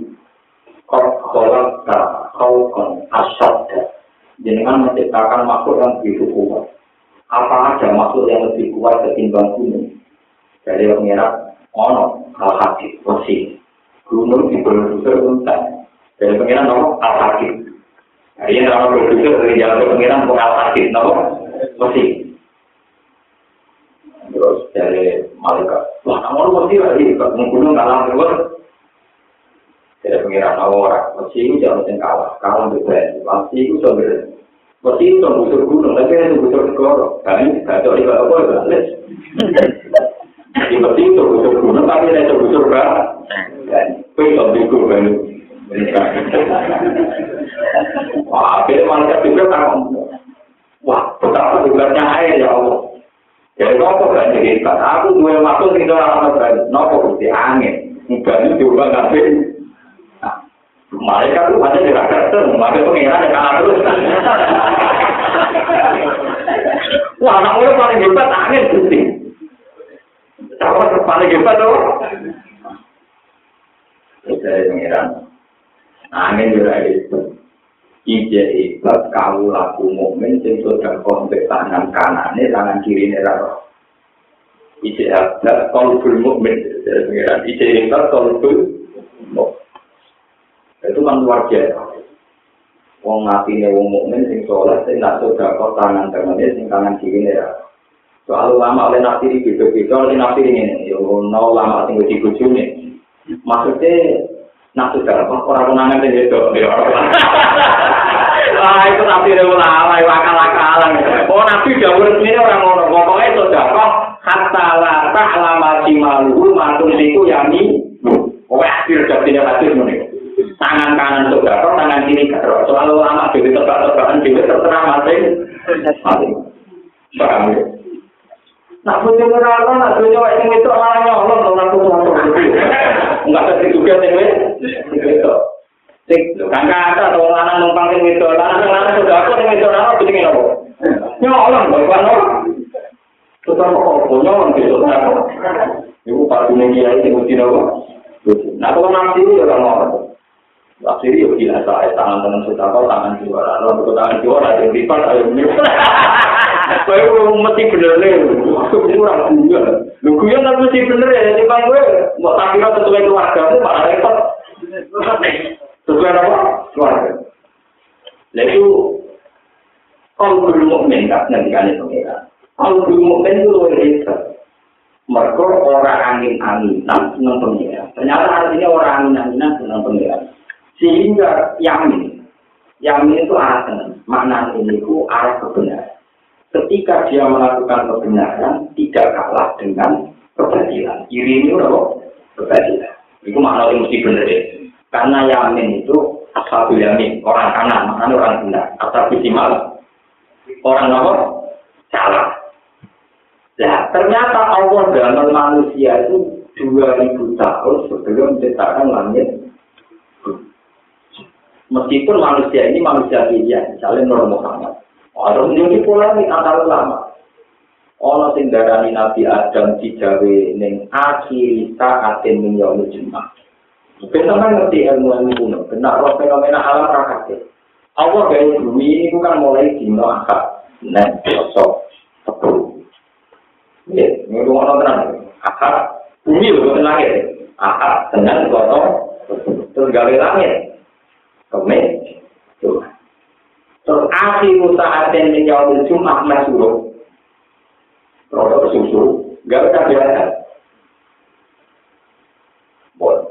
kau asad. Dengan menciptakan makhluk yang begitu kuat. Apa ada makhluk yang lebih kuat ketimbang gunung? Dari pengiran ono al-hakim mesti gunung di produser untan. Dari pengiran ono al-hakim. Hari ini ono produser dari jalan pengiran bukan al-hakim, ono mesti. Terus dari malaikat, wah kamu mesti lagi gunung kalah terus. Dari pengiran orang mesti itu jangan kalah, kalah berani. Mesti itu sebenarnya. Mesti itu busur gunung, tapi itu busur segoro. Kami tidak tahu apa berlalu. Di mesti itu busur gunung, tapi itu busur berat. Itu bingung kan? Wah, akhirnya malaikat juga takut. Wah, betapa hebatnya air ya Allah. Jadi nopo gak jadi hebat. Aku dua waktu tinggal alam berani. Nopo bukti angin. Mungkin juga nggak sih. Malaikat itu hanya dirasakan. Maka pengiran yang kalah terus. Wah, anak muda paling hebat angin bukti. Siapa paling hebat tuh? Dari pengiran. Angin juga itu. Ije hebat kau laku mukmin sing sudah kontak tangan kanane tangan kiri neraka. Ije hebat qalbul mukmin dari pengiran. Ije hebat qalbul mukmin. Itu kan luar biasa. Wong atine wong mukmin sing saleh sing nak sudah kok tangan kanane sing tangan kiri neraka. Soal ulama oleh nafsiri beda-beda oleh nafsiri ini. Yo no ulama sing dibojone. Maksudnya nak sudah kok ora konangan sing wedok. Wah, itu nabi ulama, akal-akalan. Oh, nabi dawuh resmine ora ngono. Pokoke sedekah hatta la ta'lama shimaluhu ma tunfiqu yami. Pokoke akhir jabine hadis ngene. Tangan kanan sedekah, tangan kiri karo. Soal ulama dhewe tebak-tebakan dhewe terserah masing-masing. Paham ya? Nak bojo ora ana, nak bojo sing wedok ora nyolong ora kudu. Enggak ada juga sing wedok. Sing kan kata to lanang numpang sing wedok, lanang sudah aku sing wedok ana penting apa? Nyolong kok kan. Tetep kok nyolong gitu kan. Ibu Pak Gunung Kiai sing mesti nopo? Nah, kalau nanti ya ora ngono. Akhirnya yo biasa tangan tenan sudah kok tangan juara, lalu tangan juara yang lipat ayo menit. Kowe mesti bener le. Kurang juga. Lu kuwi kan mesti bener ya, di bang kowe mau tak kira sesuai keluargamu malah repot. Sesuai apa? Keluarga. Lalu kalau belum mukmin tak ngendikane pengira. Kalau belum mukmin itu luwih hebat. Mergo orang angin-anginan seneng pengira. Ternyata artinya orang angin-anginan seneng pengira. Sehingga yamin itu arah seneng. Makna ini itu arah kebenaran. Ketika dia melakukan kebenaran, tidak kalah dengan kebatilan. Iri ini apa? Kebatilan. Itu makna yang mesti benar ya. Karena yamin itu ashabul yamin, orang kanan, maknanya orang benar. Ashabul shimal, orang apa? Salah. Nah, ternyata Allah dalam manusia itu 2000 tahun sebelum menciptakan langit. Meskipun manusia ini manusia pilihan, misalnya Nur Muhammad. Orang menjadi polemik antara ulama. Orang sing darani Nabi Adam digawe ning akhir saatin min yaumil jumat. Benar ngerti ilmu kuno, benar roh fenomena alam rakate. Allah gawe bumi ini bukan mulai dino akad, nek besok Sabtu. Ya, ngono ono tenan. Akad bumi lho langit. Akad Senin Selasa terus gawe langit. Kemis Jumat. Terus akhir saatin min yaumil jumat masuk. Terus susu, enggak usah biasa. Boleh.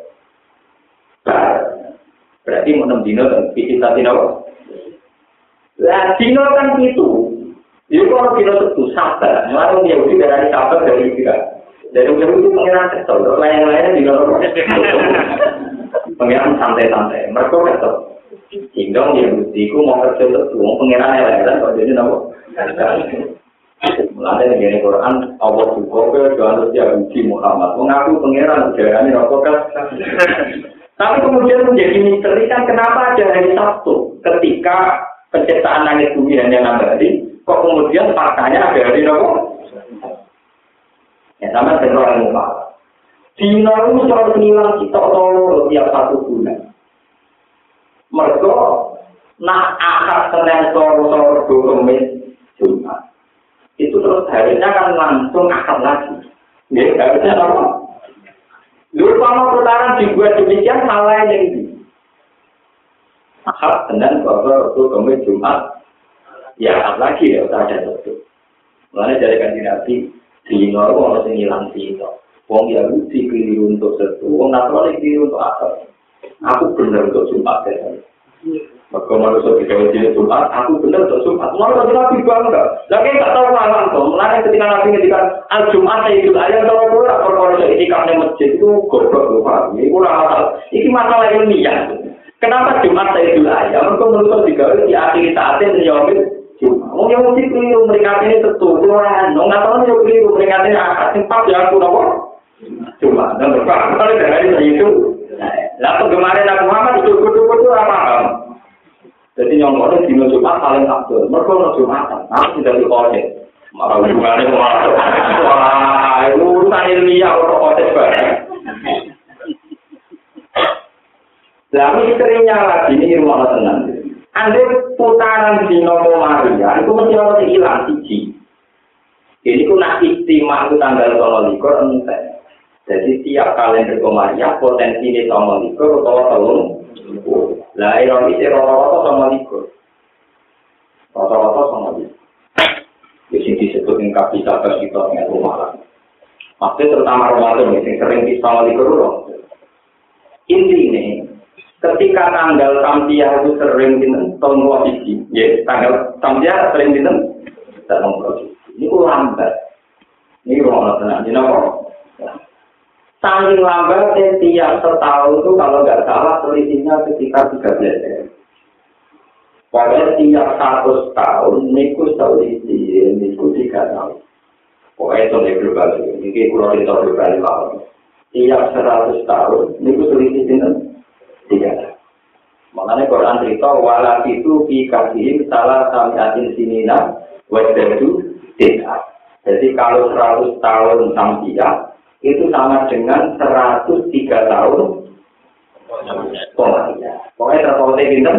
Berarti mau 6 dino dan kita tidak. Lah dino kan itu. Jadi kalau dino itu sabar, malah Yahudi dari sabar dari kita. Dari Yahudi pengiran kesel, lain-lainnya dino. Pengiran santai-santai, mereka kesel. Hingga Yahudi ku mau kerja itu, mau pengiran lain-lain kalau jadi nopo. Mulanya di Quran Allah juga ke Tuhan Yahudi Muhammad mengaku pengiran ujaranya rokok kan. Tapi kemudian menjadi misteri kan kenapa ada hari Sabtu ketika penciptaan langit bumi hanya 6 hari, kok kemudian faktanya ada hari rokok? Ya sama dengan orang muka. Dino itu selalu ngilang kita tolong tiap 1 bulan. Mereka nak akad Senin sore Kemis Jumat. Itu terus harinya kan langsung akad lagi. Nggih, harusnya apa? Dulu kalau putaran dibuat demikian salah yang ini. Ahad, Senin, Selasa, Rabu, Kamis, Jumat. Ya, lagi ya, tak ada waktu. Mulanya dari kandidat Dino, orang masih ngilang Dino. Wong Yahudi keliru untuk satu, wong Nasrani keliru untuk apa? Aku benar untuk Jumat ya. Maka manusia tidak jadi Jumat, aku benar untuk Jumat. Malah Nabi bangga. Lagi nggak tahu malam tuh. Mulanya ketika Nabi ngedikan al Jumat saya itu ayat kalau kurang perkara etika masjid itu goblok loh pak. Ini kurang masalah. Ini masalah ilmiah. Kenapa Jumat saya itu ayat? Mereka manusia digawe di akhir saatnya menjawab Jumat. Wong Yahudi keliru mereka ini tentu. Kurang. Wong Nasrani keliru mereka ini akad simpat ya aku nopo. Cuma dan berapa kali dari itu, lah penggemar Nabi Muhammad itu kudu apa? Jadi yang orang di Jumat paling abdul, mereka orang Jumatan, aku tidak dikode, malah hubungannya masuk. Wah, itu urusan ilmiah orang kode banget. Lah misterinya lagi ini rumah tenang. Andai putaran di Nomo Maria itu mesti orang hilang siji. Ini ku nak istimewa itu tanggal 12 entek. Jadi tiap kalender Komariah potensi ini sama likur atau telung. Lah ironis rata-rata sama likur. Rata-rata sama likur. Di sini disebut yang kapital kita dengan rumah. Maksudnya terutama Ramadan yang sering sama likur loh. Intinya ketika tanggal Tampiah itu sering dinten tahun 2000, ya tanggal Tampiah sering dinten tahun 2000. Ini lambat. Ini Ramadan. Ini apa? Saking lambatnya tiap setahun itu kalau nggak salah selisihnya sekitar 13. Padahal tiap 100 tahun niku selisih niku 3 tahun. Pokoknya itu nih global ini kalau kita global lawan. Tiap 100 tahun niku selisih dengan 3 tahun. Makanya Quran cerita walat itu dikasih salah samiatin sinina wajadu tidak. Jadi kalau 100 tahun sampai itu sama dengan 103 tahun pokoknya terpotong bintang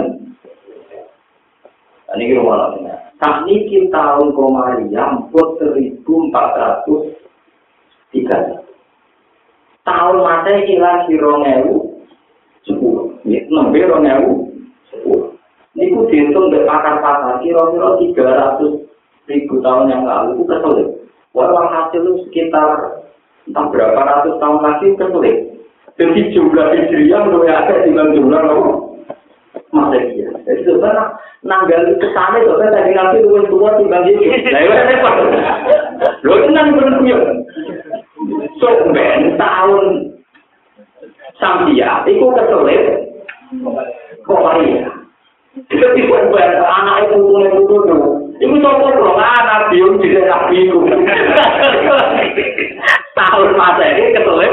ini rumah lainnya tak niki tahun Komariah 1403 tahun masa hilang di 2010 nembe 2010 ini ku dihitung dari pakar-pakar kira-kira 300.000 tahun yang lalu itu kesulit walau hasil itu sekitar entah berapa ratus tahun lagi kesulit. Jadi jumlah hijriah lebih ada dibanding jumlah Masehi. Jadi sebenarnya nanggal kesana itu kan tadi nanti lebih tua dibanding itu. Nah itu apa? Lo tenang berdua. So ben tahun Sambia itu kesulit. Korea. Jadi buat anak itu itu sopo dong anak biung di daerah biung. Tahun Masehi kesulit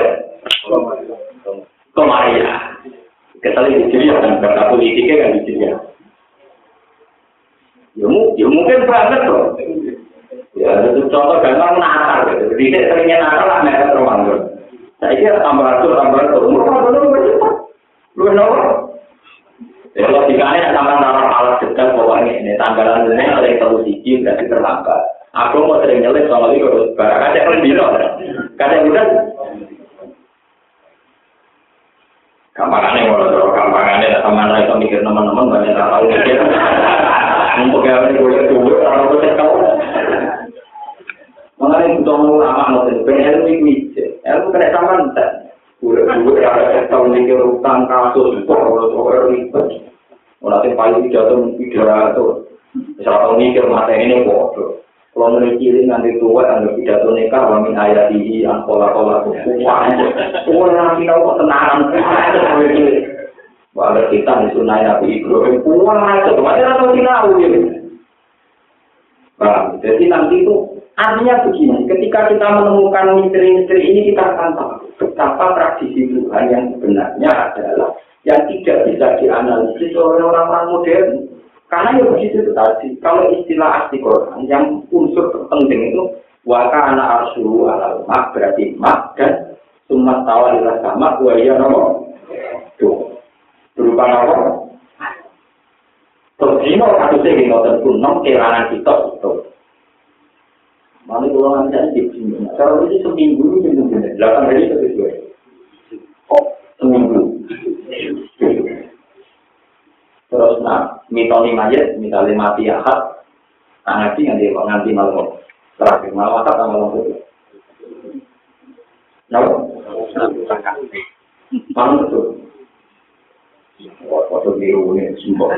Komariah. Kesulit di sini kan kata politiknya kan di sini. Ya mungkin banget loh. Ya itu contoh gampang Natal gitu. Jadi seringnya Natal lah mereka Ramadan. Saya kira tambah umur lu nopo. Ya logikanya sama nalar alat detail pokoknya ini tanggalan ini ada yang terlalu siji berarti terlambat. Aku mau sering nyelip sama itu barang ada yang lebih loh. Kadang udah gampangannya sama mereka mikir teman-teman banyak tahu mikir. Untuk yang boleh duit orang boleh tahu. Mengenai butuh lama nanti PNL ini ilmu kena sama nanti. Boleh duit ada tahu mikir utang kasus orang ribet. Nanti paling pidato. Misalnya mikir materi ini bodoh. Kalau menurut nanti tua tanggal pidato nikah wamin ayat ini angkola-kola wah nanti tahu kok tenaran wah ada kita disunai Nabi Ibrahim wah itu macam apa sih tahu gitu. Jadi nanti itu artinya begini, ketika kita menemukan misteri-misteri ini kita akan tahu betapa tradisi Tuhan yang sebenarnya adalah yang tidak bisa dianalisis oleh orang-orang modern. Karena ya begitu itu tadi, kalau istilah asli Quran yang unsur terpenting itu waka anak arsulu alal mak berarti mak dan sumat tawalilah sama buaya nomor tuh berupa nomor terus ini mau kasusnya gini tentu nom kehilangan kita itu Mana kalau nanti jadi kalau ini seminggu itu 8 hari sesuai. Oh, seminggu. Terus mitoni mayat, misalnya mati akad, nganti malam terakhir malam akad sama malam itu. Malam betul. Waktu biru ini sumpah.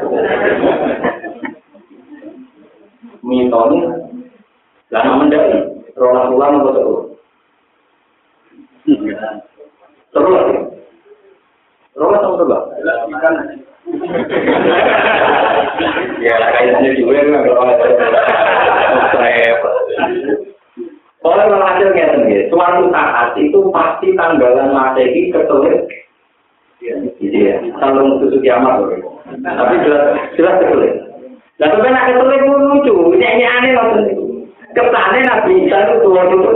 Mitoni lama mendaki, rolang betul. Terus, rolang sama coba. Ya, kayaknya juga nggak kalau hasilnya sendiri, suatu saat itu pasti tanggalan Masehi ketelit, gitu ya. Kalau untuk kiamat, tapi jelas ketelit. Nah, sebenarnya ketelit itu lucu, ini aneh loh. Kesannya Nabi Isa itu tua itu.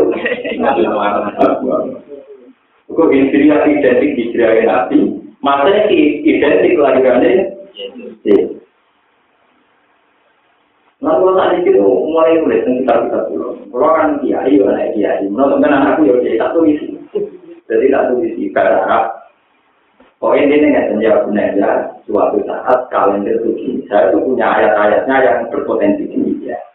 Kok Hijriah identik Hijriah Nabi, Masehi identik kelahirannya. Lalu saat itu mulai nulis tentang kita dulu. Kalau kan kiai, anak kiai. Menurut anakku ya jadi satu isi. Jadi satu isi karena poin ini nggak senjata gunanya. Suatu saat kalender itu saya itu punya ayat-ayatnya yang berpotensi tinggi ya.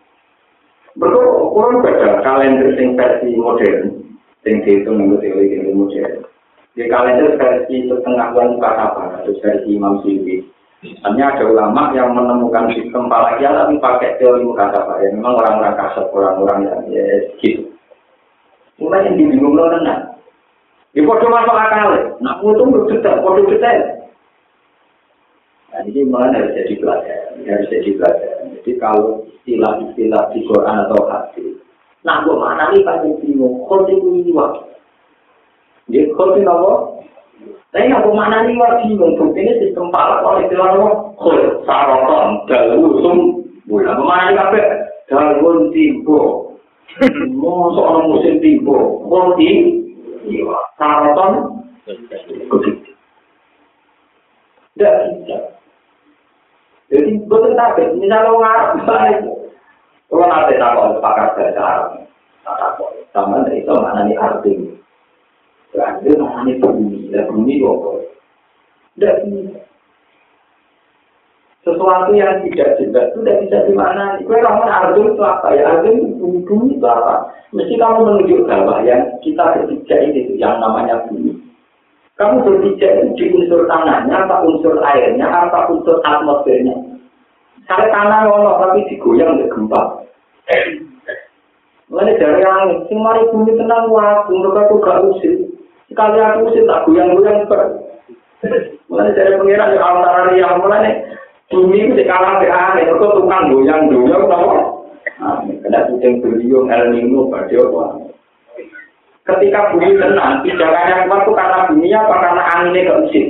Kurang beda kalender sing versi modern, sing dihitung menurut teori modern. Di kalender versi setengah muka apa atau versi Imam Syukri. Hanya ada ulama yang menemukan sistem falakiah tapi pakai teori muhasabah ya. Memang orang-orang kasar, orang-orang yang ya gitu. Mulai yang dibingung loh tenang. Di foto masuk akal, nak mutung detail, foto detail. Nah ini malah harus jadi pelajaran, Jadi kalau istilah-istilah di Quran atau hadis, nak gue mana nih paling bingung, khoti kuiwa. Dia khoti apa? Tapi aku mana nih wajib ini sistem palak oleh istilah apa? Khul, saroton, dalwusum, bulan mana nih kabe? Dalwun timbo, mau soal musim timbo, khoti, saroton, begitu. Tidak bisa. Jadi betul tak? Misalnya orang Arab, kalau nanti tak kalau pakar bahasa Arab, tak boleh. Sama dari itu mana nih artinya? Berarti namanya bumi, dan bumi apa? Tidak bisa. Sesuatu yang tidak jelas itu tidak bisa dimaknai. Kau kamu arjun itu apa ya? Arjun itu bumi itu apa? Mesti kamu menunjuk bahwa yang kita berpijak itu yang namanya bumi. Kamu berpijak itu di unsur tanahnya, apa unsur airnya, apa unsur atmosfernya. Kalau tanah ngono tapi digoyang oleh gempa. Mulai dari langit, sing mari bumi tenang waktu, mereka tuh gak usir. Sekali aku usir tak goyang-goyang ber. Mulai dari pengiran yang antara yang mulai bumi itu dikalah aneh, mereka tukang goyang-goyang, tahu? Kena kucing beliung El Nino pada apa? Ketika bumi tenang, pijakannya kuat itu karena bumi apa karena anginnya gak usir.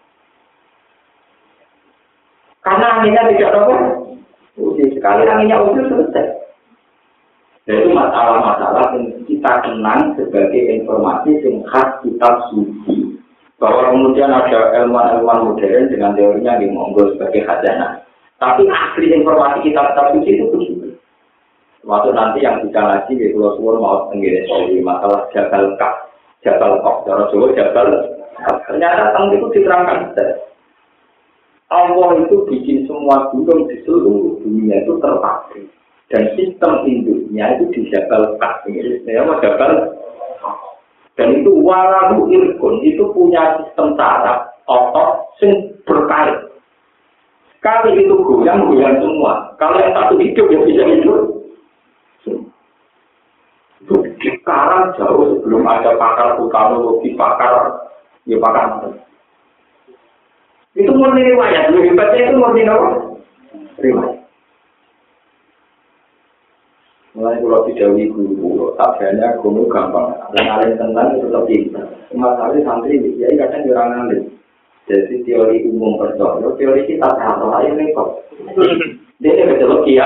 Karena anginnya tidak apa? Usir. Sekali anginnya usir selesai. Itu masalah-masalah yang kita kenang sebagai informasi yang khas kitab suci. Bahwa kemudian ada ilmuwan-ilmuwan modern dengan teorinya yang monggo sebagai khazanah. Tapi asli informasi kitab-kitab suci itu begitu. Waktu nanti yang bisa ngaji di Pulau Suwon mau tenggiri soal masalah Jabal Kaf, Jabal Kaf, Jabal Kaf. Ternyata tentang itu diterangkan. Allah itu bikin semua gunung di seluruh dunia itu terpatri. Dan sistem induknya itu di Jabal Kaf. Jabal. Dan itu walahu irkun, itu punya sistem saraf otot yang berkait. Sekali itu goyang semua. Kalau yang satu hidup ya bisa hidup. Itu sekarang jauh sebelum ada pakar vulkanologi, pakar. Itu murni riwayat, lebih hebatnya itu murni apa? Riwayat. Mulai kalau didawi guru, tabiannya guru gampang. Ngalih tentang itu lebih pintar. Masalahnya santri, ya kadang kurang ngalih. Jadi teori umum percaya, teori kita salah ini kok. Dia betul kia.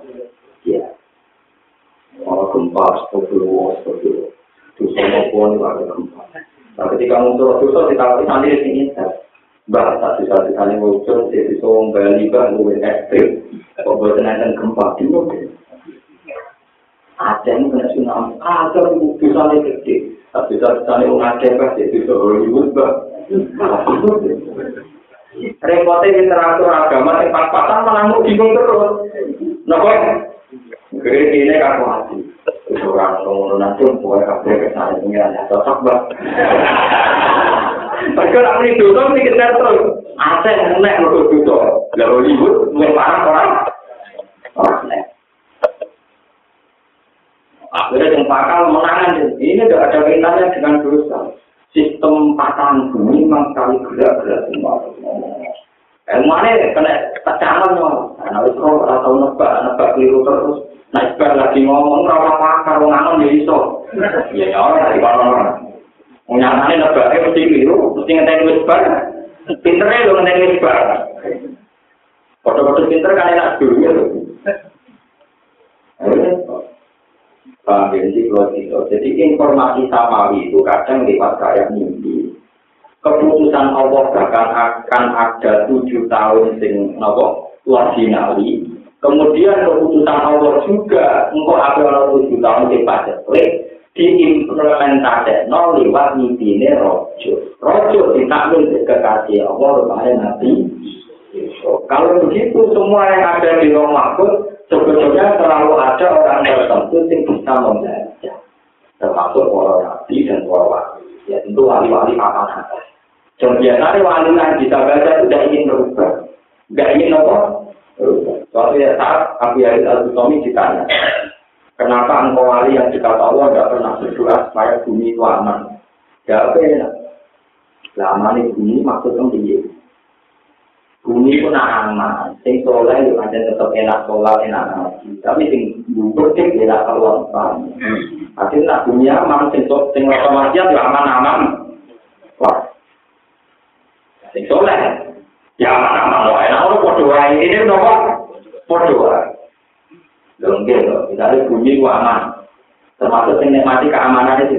Orang gempa, seperti dosa maupun ada gempa. Nah, ketika muncul dosa, kita nanti di sini. Bahasa satu kali muncul, dia bisa kembali ke ekstrim. Kalau berkenaan gempa di mobil. Aceh ini kena tsunami. Ada bisa gede. Tapi bisa orang Aceh pasti bisa Hollywood bah. Repotnya literatur agama yang pas-pasan malah mau bingung terus. Kenapa? Gede ini aku hati. Orang ngomong nanti boleh kabeh kesana pengirannya cocok bah. Perkara aku itu tuh dikejar terus. Aceh nek lho itu. Lah Hollywood luwih parah orang. Akhirnya yang pakal menangan ini tidak ada kaitannya dengan dosa. Sistem patahan bumi memang sekali gerak-gerak semua. Ilmuannya kena tecanan loh. Nah, itu atau nebak keliru terus. Naik lagi ngomong rawa pakar ngangon ya iso. Ya orang dari orang. Nyatane nebaknya mesti keliru, mesti ngenteni wis bar. Pintere lho ngenteni wis bar. Foto-foto pinter kan enak dulu lho. Jadi informasi samawi itu kadang lewat kayak mimpi. Keputusan Allah bahkan akan ada 7 tahun sing ordinari. Kemudian keputusan Allah juga engkau ada 7 tahun sing paceklik diimplementasi lewat mimpi ini rojo ditakwil kekasih Allah rupanya nanti. Kalau begitu semua yang ada di Lauh Mahfuz sebetulnya selalu ada orang tertentu yang bisa membaca, termasuk para nabi dan para wali. Ya tentu wali-wali papan atas. Dan biasanya wali yang bisa baca tidak ingin berubah, nggak ingin apa? Berubah. Suatu saat Abu Yazid Al-Bustami ditanya, kenapa engkau wali yang dikata Allah tidak pernah berdoa supaya bumi itu aman? Jawabnya, lama nih bumi maksudnya begini. Bumi pun aman, sing soleh itu aja tetap enak sholat, enak ngaji. Tapi sing bubur sing enak keluar pan. Akhirnya bumi aman, sing otomatis ya aman-aman. Wah, sing soleh ya aman-aman. Wah, enak orang berdoa ini nopo berdoa. Lengkap loh, misalnya bumi itu aman, termasuk sing nikmati keamanan itu.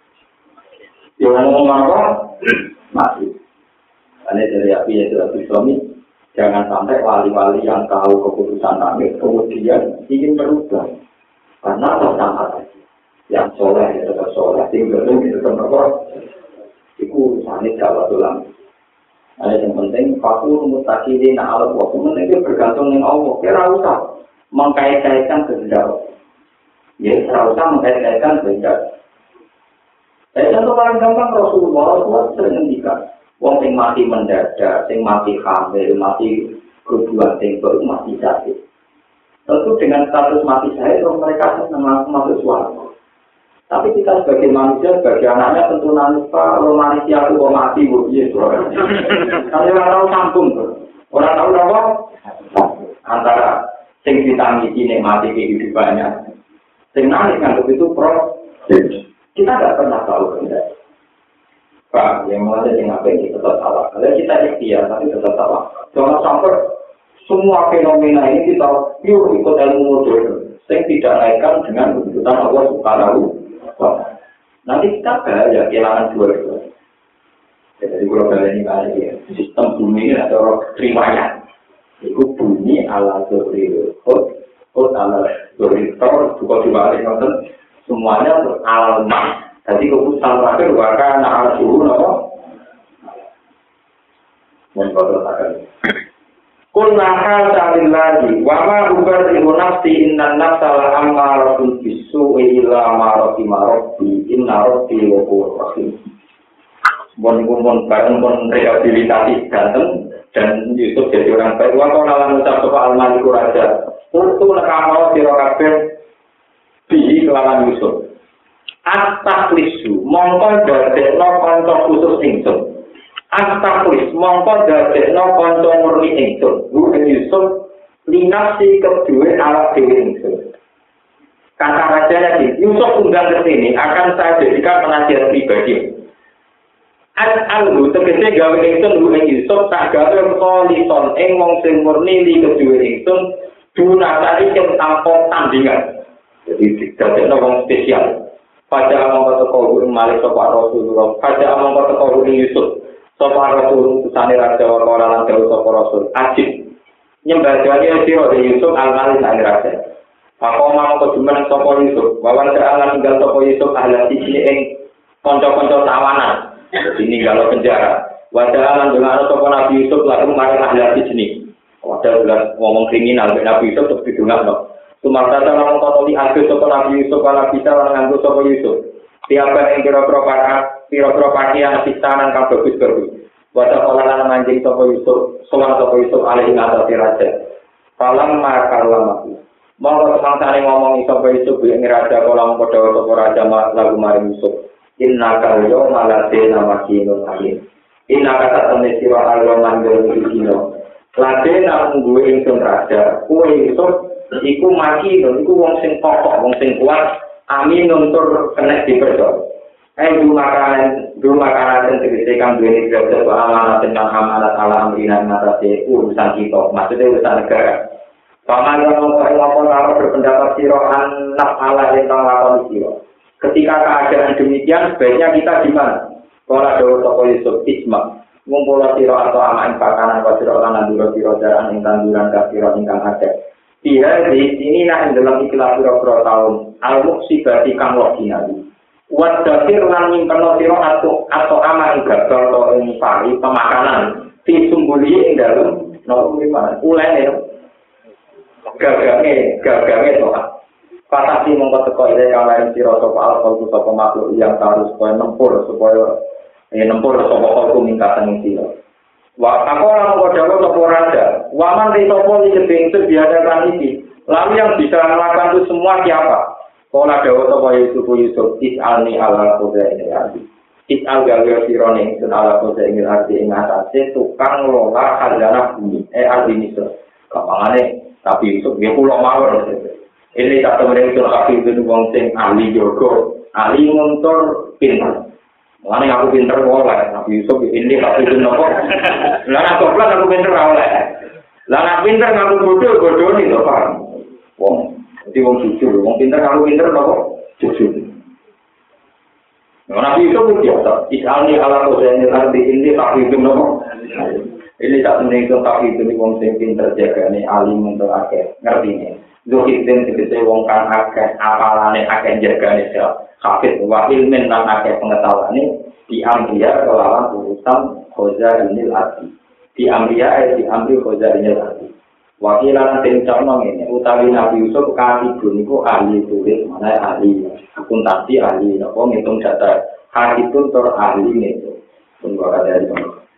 Yang ngomong apa? Mati. Ini dari api ya dari suami, jangan sampai wali-wali yang tahu keputusan kami kemudian ingin berubah. Karena sama saja. Yang soleh ya tetap soleh, tinggal itu tetap berubah. Itu sangat jawab ulang. Ada yang penting, fakul mutakidin ala Allah. Penting itu bergantung dengan Allah. Kira usah mengkait-kaitkan kehendak. Ya, kira usah mengkait-kaitkan kehendak. Contoh paling gampang Rasulullah sering ngendikan. Wong sing mati mendadak, sing mati hamil, mati kerubuhan sing baru mati sakit. Tentu dengan status mati saya, mereka senang masuk suara. Tapi kita sebagai manusia, sebagai anaknya tentu nangis, Pak, kalau manusia itu mau mati, Bu, iya suara. Kalau orang tahu sambung, orang tahu apa? Antara sing ditangisi nikmati kehidupannya, sing nangis nganggep itu proses. Kita tidak pernah tahu benar. Pak, yang mulai dari apa ini tetap salah. Kalau kita ikhtiar, tapi tetap salah. Jangan sampai semua fenomena ini kita ikut ilmu modern, yang tidak naikkan dengan keputusan Allah Subhanahu wa Ta'ala. Nanti kita bahaya kehilangan dua-dua. Jadi kalau kalian ini ya, sistem bumi ini ada riwayat. Itu bumi ala Zohri Hud ala Zohri Tor, juga nonton semuanya untuk alam. Jadi keputusan terakhir bahkan anak suhu apa? Memperkatakan. Kul nakal ta'lil lagi. Wama ubar ibu nafsi innan nafsala ammaratun bisu'i illa marati marati inna rati wa rahim. Bon bareng rehabilitasi ganteng dan Yusuf jadi orang baik. Wakau nalan ucap sopa al-maliku raja. Untuk nekamal sirokabir bihi kelawan Yusuf. Astaklisu mongko dadekno kanca khusus ingsun. Astaklis mongko dadekno kanca murni ingsun. Bukan Yusuf linafsi kedua awak dhewe ingsun. Kata raja lagi, Yusuf undang ke sini akan saya jadikan penasihat pribadi. Al-Alhu tegese gawe ingsun bukan Yusuf tak gawe kolison ing wong sing murni li kedua ingsun dunasari sing tanpa tandingan. Jadi dadekno wong spesial. Pada amang kata kau malik sopan Rasulullah. Pada amang kata kau Yusuf sopan Rasul tusani raja wakala lan jauh sopan Rasul. Ajib nyembah jawanya siro di Yusuf al-Malik al raja. Aku mau kejumeneng sapa Yusuf, wawan serangan tinggal sapa Yusuf ahli sini ing kanca-kanca tawanan. Tinggal penjara. Wadalan dengan sapa Nabi Yusuf lalu maring ahli sini. Wadah bulan ngomong kriminal Nabi Yusuf terus didongakno. Sumarta lan ngototi ageng sapa Nabi Yusuf ala bisa lan nganggo sapa Yusuf. Tiapa ing pira-pira pakaian sistanan kang bagus-bagus. Wadah lan manjing sapa Yusuf, sowan sapa Yusuf alih ngatasi raja. Falam makalamaku. Monggo semangsane ngomong sapa Yusuf ing raja kala padha sapa raja lagu maring Yusuf. Inna kalyo malatena makinun alim. Inna kata temne sira alyo manjing dino. Latena nggo ingsun raja, kuwe Yusuf iku makinun iku wong sing kokoh, wong sing kuat, amin nuntur kena dipercaya. Dulu makanan tegese kang duweni derajat amanat tentang amanat ala amrina ngatasi urusan kita, maksudnya urusan negara. Paman yang ngomong berpendapat siro anak ala tentang lakon siro. Ketika keadaan demikian, sebaiknya kita di mana? Kalau ada toko Yusuf Isma, ngumpul siro atau amain pakanan atau siro tanah dulu siro jalan yang tanduran ke siro ingkang ada. Dia di sini nak dalam istilah siro tahun al-muksibati kang wakinali. Wadakir lan nyimpen siro atau amain gagal atau ini pari pemakanan di sumbuli ing dalam ulen itu. Gagange doa. Patasi mongko teko ile kang lain sira sapa alqal sapa makhluk yang harus supaya nempur sapa kalku mingkatan sira. Wa takola mongko dawa sapa raja, waman ri sapa iki bingsu biadakan iki. Lalu yang bisa melakukan itu semua siapa? Kala dawa sapa Yusuf isalni ala qudra ini arti. Isal gawe sira ning sun ala qudra ini arti ing atase tukang ngelola khazanah bumi arti Misr. Kapangane tapi Yusuf dia pulau mawar. Ini tak temen itu tapi itu wong sing ahli jogo, ahli ngontor pintar. Mulane aku pintar oleh Nabi Yusuf ini tapi itu nopo. Lah aku plan aku pintar oleh. Lah aku pintar aku bodoh ni to Pak. Wong, jadi wong jujur, wong pintar aku pintar nopo? Jujur. Nabi Yusuf biasa, isalni ala qadaini arti ini tapi itu nopo. Ini tak menentu tapi itu wong sing pinter jagane alim untuk akeh ngertine. Zuhidin tegese wong kang akeh apalane akeh jagane sel. Hafid wa ilmin lan akeh pengetahuane di amriya kelawan urusan khozainil arti. Di amriya di amri khozainil arti. Wakilan sing cono ngene utawi Nabi Yusuf katibun niku ahli tulis mana ahli akuntansi ahli napa ngitung data. Hakitun tur ahli niku. Tunggu ada